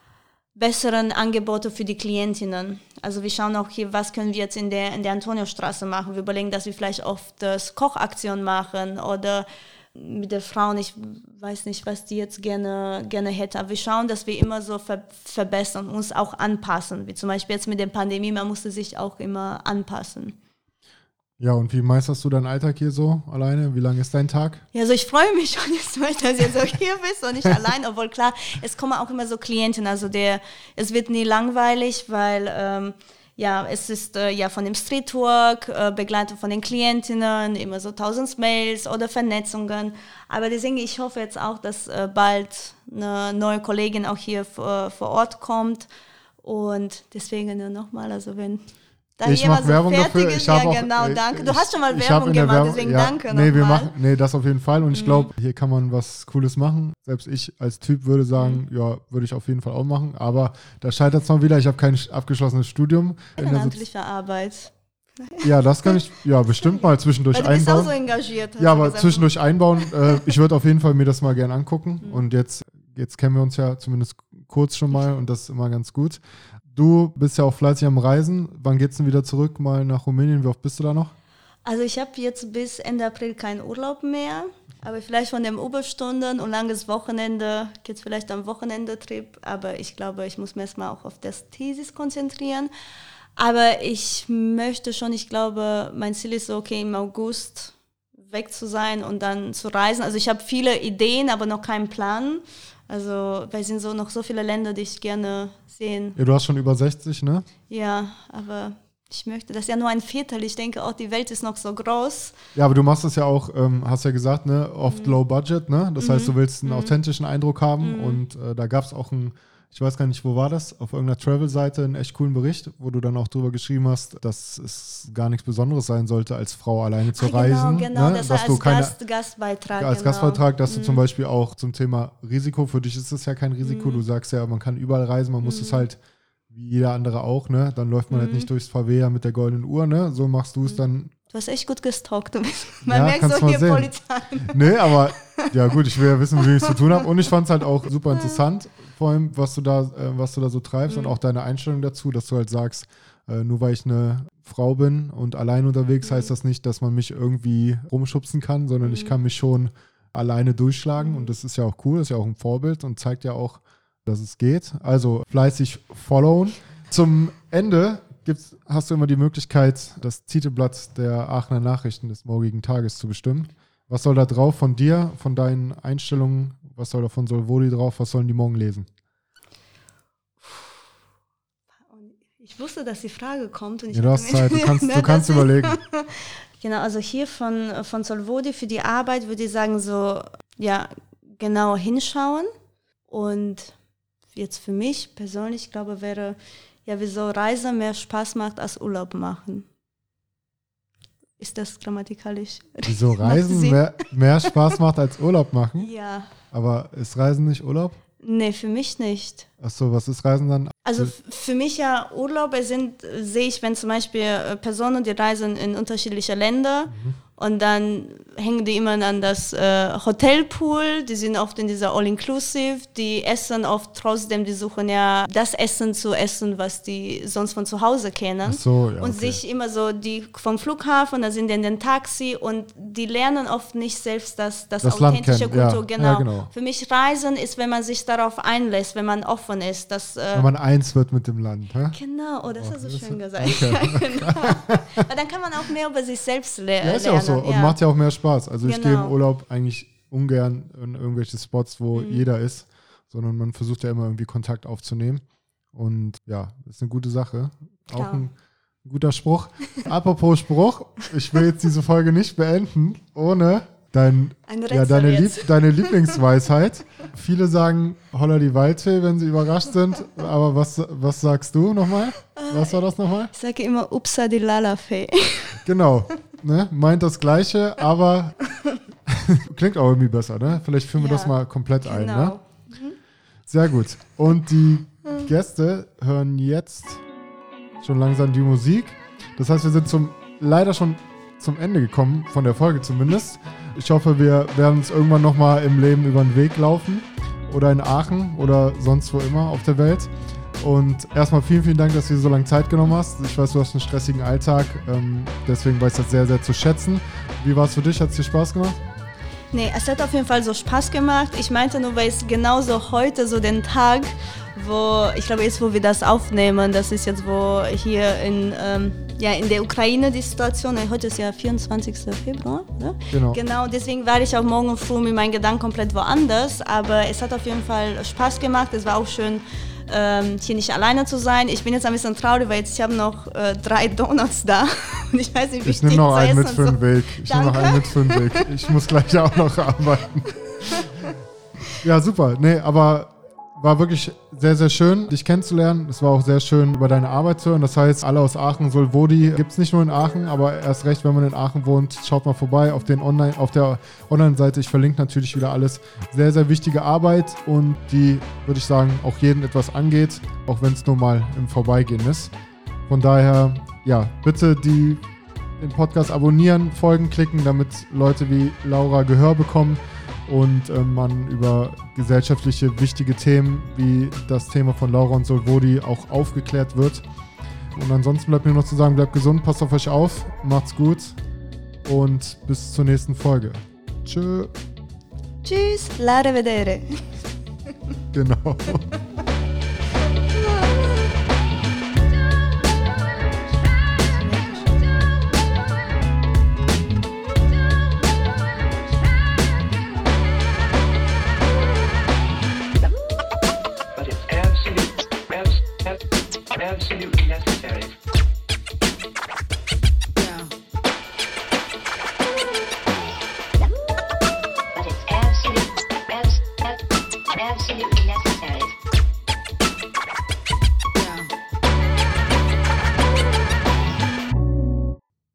S1: bessere Angebote für die Klientinnen. Also wir schauen auch hier, was können wir jetzt in der, in der Antoniostraße machen. Wir überlegen, dass wir vielleicht oft das Kochaktion machen oder mit der Frauen, ich weiß nicht, was die jetzt gerne, gerne hätte. Aber wir schauen, dass wir immer so ver- verbessern, uns auch anpassen. Wie zum Beispiel jetzt mit der Pandemie, man musste sich auch immer anpassen.
S2: Ja, und wie meisterst du deinen Alltag hier so alleine? Wie lang ist dein Tag?
S1: Ja, also ich freue mich schon jetzt, dass ihr so hier bist und nicht allein, obwohl klar, es kommen auch immer so Klienten, also der, es wird nie langweilig, weil ähm, ja, es ist äh, ja von dem Streetwork, äh, Begleitung von den Klientinnen, immer so tausend Mails oder Vernetzungen. Aber deswegen, ich hoffe jetzt auch, dass äh, bald eine neue Kollegin auch hier vor, vor Ort kommt. Und deswegen nur nochmal, also wenn da
S2: ich
S1: jemand
S2: mache so Werbung
S1: fertig
S2: dafür.
S1: ist,
S2: ich
S1: ja
S2: auch,
S1: genau, danke. Du
S2: ich,
S1: hast schon mal Werbung gemacht,
S2: Werbung,
S1: deswegen
S2: ja,
S1: danke
S2: nee, wir
S1: nochmal.
S2: machen, nee, das auf jeden Fall. Und ich glaube, hier kann man was Cooles machen. Selbst ich als Typ würde sagen, mhm. ja, würde ich auf jeden Fall auch machen. Aber da scheitert es mal wieder. Ich habe kein abgeschlossenes Studium.
S1: Ehrenamtliche Arbeit.
S2: Ja, das kann ich ja bestimmt mal zwischendurch
S1: Weil du
S2: einbauen.
S1: bist auch so engagiert.
S2: Ja, aber gesagt. zwischendurch einbauen. Äh, ich würde auf jeden Fall mir das mal gerne angucken.
S1: Mhm.
S2: Und jetzt, jetzt kennen wir uns ja zumindest kurz schon mal und das ist immer ganz gut. Du bist ja auch fleißig am Reisen. Wann geht's denn wieder zurück mal nach Rumänien? Wie oft bist du da noch?
S1: Also ich habe jetzt bis Ende April keinen Urlaub mehr, aber vielleicht von den Überstunden und langes Wochenende geht es vielleicht am Wochenende-Trip, aber ich glaube, ich muss mich erstmal auch auf das Thesis konzentrieren. Aber ich möchte schon, ich glaube, mein Ziel ist so, okay, im August weg zu sein und dann zu reisen. Also ich habe viele Ideen, aber noch keinen Plan. Also, weil es sind so noch so viele Länder, die ich gerne sehen.
S2: Ja, du hast schon über sechzig, ne?
S1: Ja, aber ich möchte, das ist ja nur ein Viertel. Ich denke auch, die Welt ist noch so groß.
S2: Ja, aber du machst es ja auch, ähm, hast ja gesagt, ne, oft mhm. low budget, ne? Das mhm. heißt, du willst einen mhm. authentischen Eindruck haben mhm. und äh, da gab es auch einen, ich weiß gar nicht, wo war das, auf irgendeiner Travel-Seite einen echt coolen Bericht, wo du dann auch drüber geschrieben hast, dass es gar nichts Besonderes sein sollte, als Frau alleine zu
S1: ah, genau,
S2: reisen.
S1: Genau,
S2: ne?
S1: das
S2: dass
S1: war
S2: du
S1: als
S2: keine,
S1: Gast, Gastbeitrag.
S2: Als
S1: genau.
S2: Gastbeitrag, dass
S1: mhm.
S2: du zum Beispiel auch zum Thema Risiko, für dich ist es ja kein Risiko, mhm. du sagst ja, man kann überall reisen, man mhm. muss es halt, wie jeder andere auch, ne? Dann läuft man mhm. halt nicht durchs Favela mit der goldenen Uhr, ne? So machst du es mhm. dann.
S1: Du hast echt gut gestalkt. Man
S2: ja,
S1: merkt so hier sehen. Polizei.
S2: Nee, aber ja gut, ich will ja wissen, wie ich es zu tun habe. Und ich fand es halt auch super interessant, vor allem, was du da, äh, was du da so treibst mhm. und auch deine Einstellung dazu, dass du halt sagst, äh, nur weil ich eine Frau bin und allein unterwegs, mhm. heißt das nicht, dass man mich irgendwie rumschubsen kann, sondern mhm. ich kann mich schon alleine durchschlagen. Mhm. Und das ist ja auch cool, das ist ja auch ein Vorbild und zeigt ja auch, dass es geht. Also fleißig followen. Zum Ende gibt's, hast du immer die Möglichkeit, das Titelblatt der Aachener Nachrichten des morgigen Tages zu bestimmen. Was soll da drauf von dir, von deinen Einstellungen, was soll da von Solvodi drauf, was sollen die morgen lesen?
S1: Ich wusste, dass die Frage kommt. Und ich
S2: ja, du hast Zeit, du kannst, du kannst überlegen.
S1: Genau, also hier von, von Solvodi für die Arbeit würde ich sagen, so ja, genau hinschauen. Und jetzt für mich persönlich, ich glaube, wäre ja, wieso Reise mehr Spaß macht als Urlaub machen. Ist das grammatikalisch?
S2: Wieso Reisen mehr, mehr Spaß macht als Urlaub machen?
S1: Ja.
S2: Aber ist Reisen nicht Urlaub?
S1: Nee, für mich nicht.
S2: Ach so, was ist Reisen dann?
S1: Also f- für mich ja Urlaube sind, sehe ich, wenn zum Beispiel Personen, die reisen in unterschiedliche Länder mhm. und dann hängen die immer an das äh, Hotelpool, die sind oft in dieser All-Inclusive, die essen oft trotzdem, die suchen ja das Essen zu essen, was die sonst von zu Hause kennen.
S2: Ach so, ja,
S1: und
S2: okay.
S1: sich immer so, die vom Flughafen, da sind die in den Taxi und die lernen oft nicht selbst das, das,
S2: das
S1: authentische
S2: Land kennt.
S1: Kultur.
S2: Ja,
S1: genau.
S2: Ja, genau.
S1: Für mich Reisen ist, wenn man sich darauf einlässt, wenn man offen ist. Dass, äh,
S2: wenn man eins wird mit dem Land. Hä?
S1: Genau, oh, das
S2: oh,
S1: hast du
S2: das
S1: schön
S2: ist,
S1: gesagt.
S2: okay.
S1: Ja, genau. Weil dann kann man auch mehr über sich selbst le- lernen.
S2: Ja, ist ja auch so. Und
S1: ja.
S2: macht ja auch mehr Spaß. Also ich
S1: Genau.
S2: gehe im Urlaub eigentlich ungern in irgendwelche Spots, wo
S1: Mhm.
S2: jeder ist, sondern man versucht ja immer irgendwie Kontakt aufzunehmen. Und ja, das ist eine gute Sache. Auch
S1: Klar.
S2: ein guter Spruch. Apropos Spruch, ich will jetzt diese Folge nicht beenden, ohne dein, ja, deine, Lieb, deine Lieblingsweisheit. Viele sagen Holla die Waldfee, wenn sie überrascht sind. Aber was, was sagst du nochmal? Was war das nochmal?
S1: Ich sage immer Upsa die Lalafee.
S2: Genau. Ne? Meint das Gleiche, aber klingt auch irgendwie besser, ne? Vielleicht führen wir
S1: ja,
S2: das mal komplett
S1: genau.
S2: ein, ne? Mhm. Sehr gut. Und die Gäste hören jetzt schon langsam die Musik. Das heißt, wir sind zum, leider schon zum Ende gekommen, von der Folge zumindest. Ich hoffe, wir werden uns irgendwann nochmal im Leben über den Weg laufen oder in Aachen oder sonst wo immer auf der Welt. Und erstmal vielen, vielen Dank, dass du dir so lange Zeit genommen hast. Ich weiß, du hast einen stressigen Alltag, ähm, deswegen weiß ich das sehr, sehr zu schätzen. Wie war es für dich? Hat es dir Spaß gemacht?
S1: Nee, es hat auf jeden Fall so Spaß gemacht. Ich meinte nur, weil es genauso heute so den Tag, wo, ich glaube jetzt, wo wir das aufnehmen, das ist jetzt, wo hier in, ähm, ja, in der Ukraine die Situation, heute ist ja vierundzwanzigster Februar, ne?
S2: Genau.
S1: Genau, deswegen war ich auch morgen früh mit meinen Gedanken komplett woanders, aber es hat auf jeden Fall Spaß gemacht, es war auch schön, ähm, hier nicht alleine zu sein. Ich bin jetzt ein bisschen traurig, weil jetzt ich habe noch äh, drei Donuts da und ich weiß nicht, wie
S2: ich nehme noch einen mit für den
S1: so.
S2: Weg. Ich nehme noch einen mit für den Weg. Ich muss gleich auch noch arbeiten. Ja, super. Nee, aber war wirklich sehr, sehr schön, dich kennenzulernen. Es war auch sehr schön, über deine Arbeit zu hören. Das heißt, alle aus Aachen, Solvodi gibt es nicht nur in Aachen, aber erst recht, wenn man in Aachen wohnt, schaut mal vorbei auf, den Online, auf der Online-Seite. Ich verlinke natürlich wieder alles. Sehr, sehr wichtige Arbeit und die, würde ich sagen, auch jeden etwas angeht, auch wenn es nur mal im Vorbeigehen ist. Von daher, ja, bitte die, den Podcast abonnieren, folgen, klicken, damit Leute wie Laura Gehör bekommen und äh, man über gesellschaftliche wichtige Themen wie das Thema von Laura und Solvodi auch aufgeklärt wird. Und ansonsten bleibt mir noch zu sagen, bleibt gesund, passt auf euch auf, macht's gut und bis zur nächsten Folge. Tschö.
S1: Tschüss, la rivedere.
S2: Genau.
S3: Absolutely necessary. Yeah. But it's absolutely, absolutely necessary.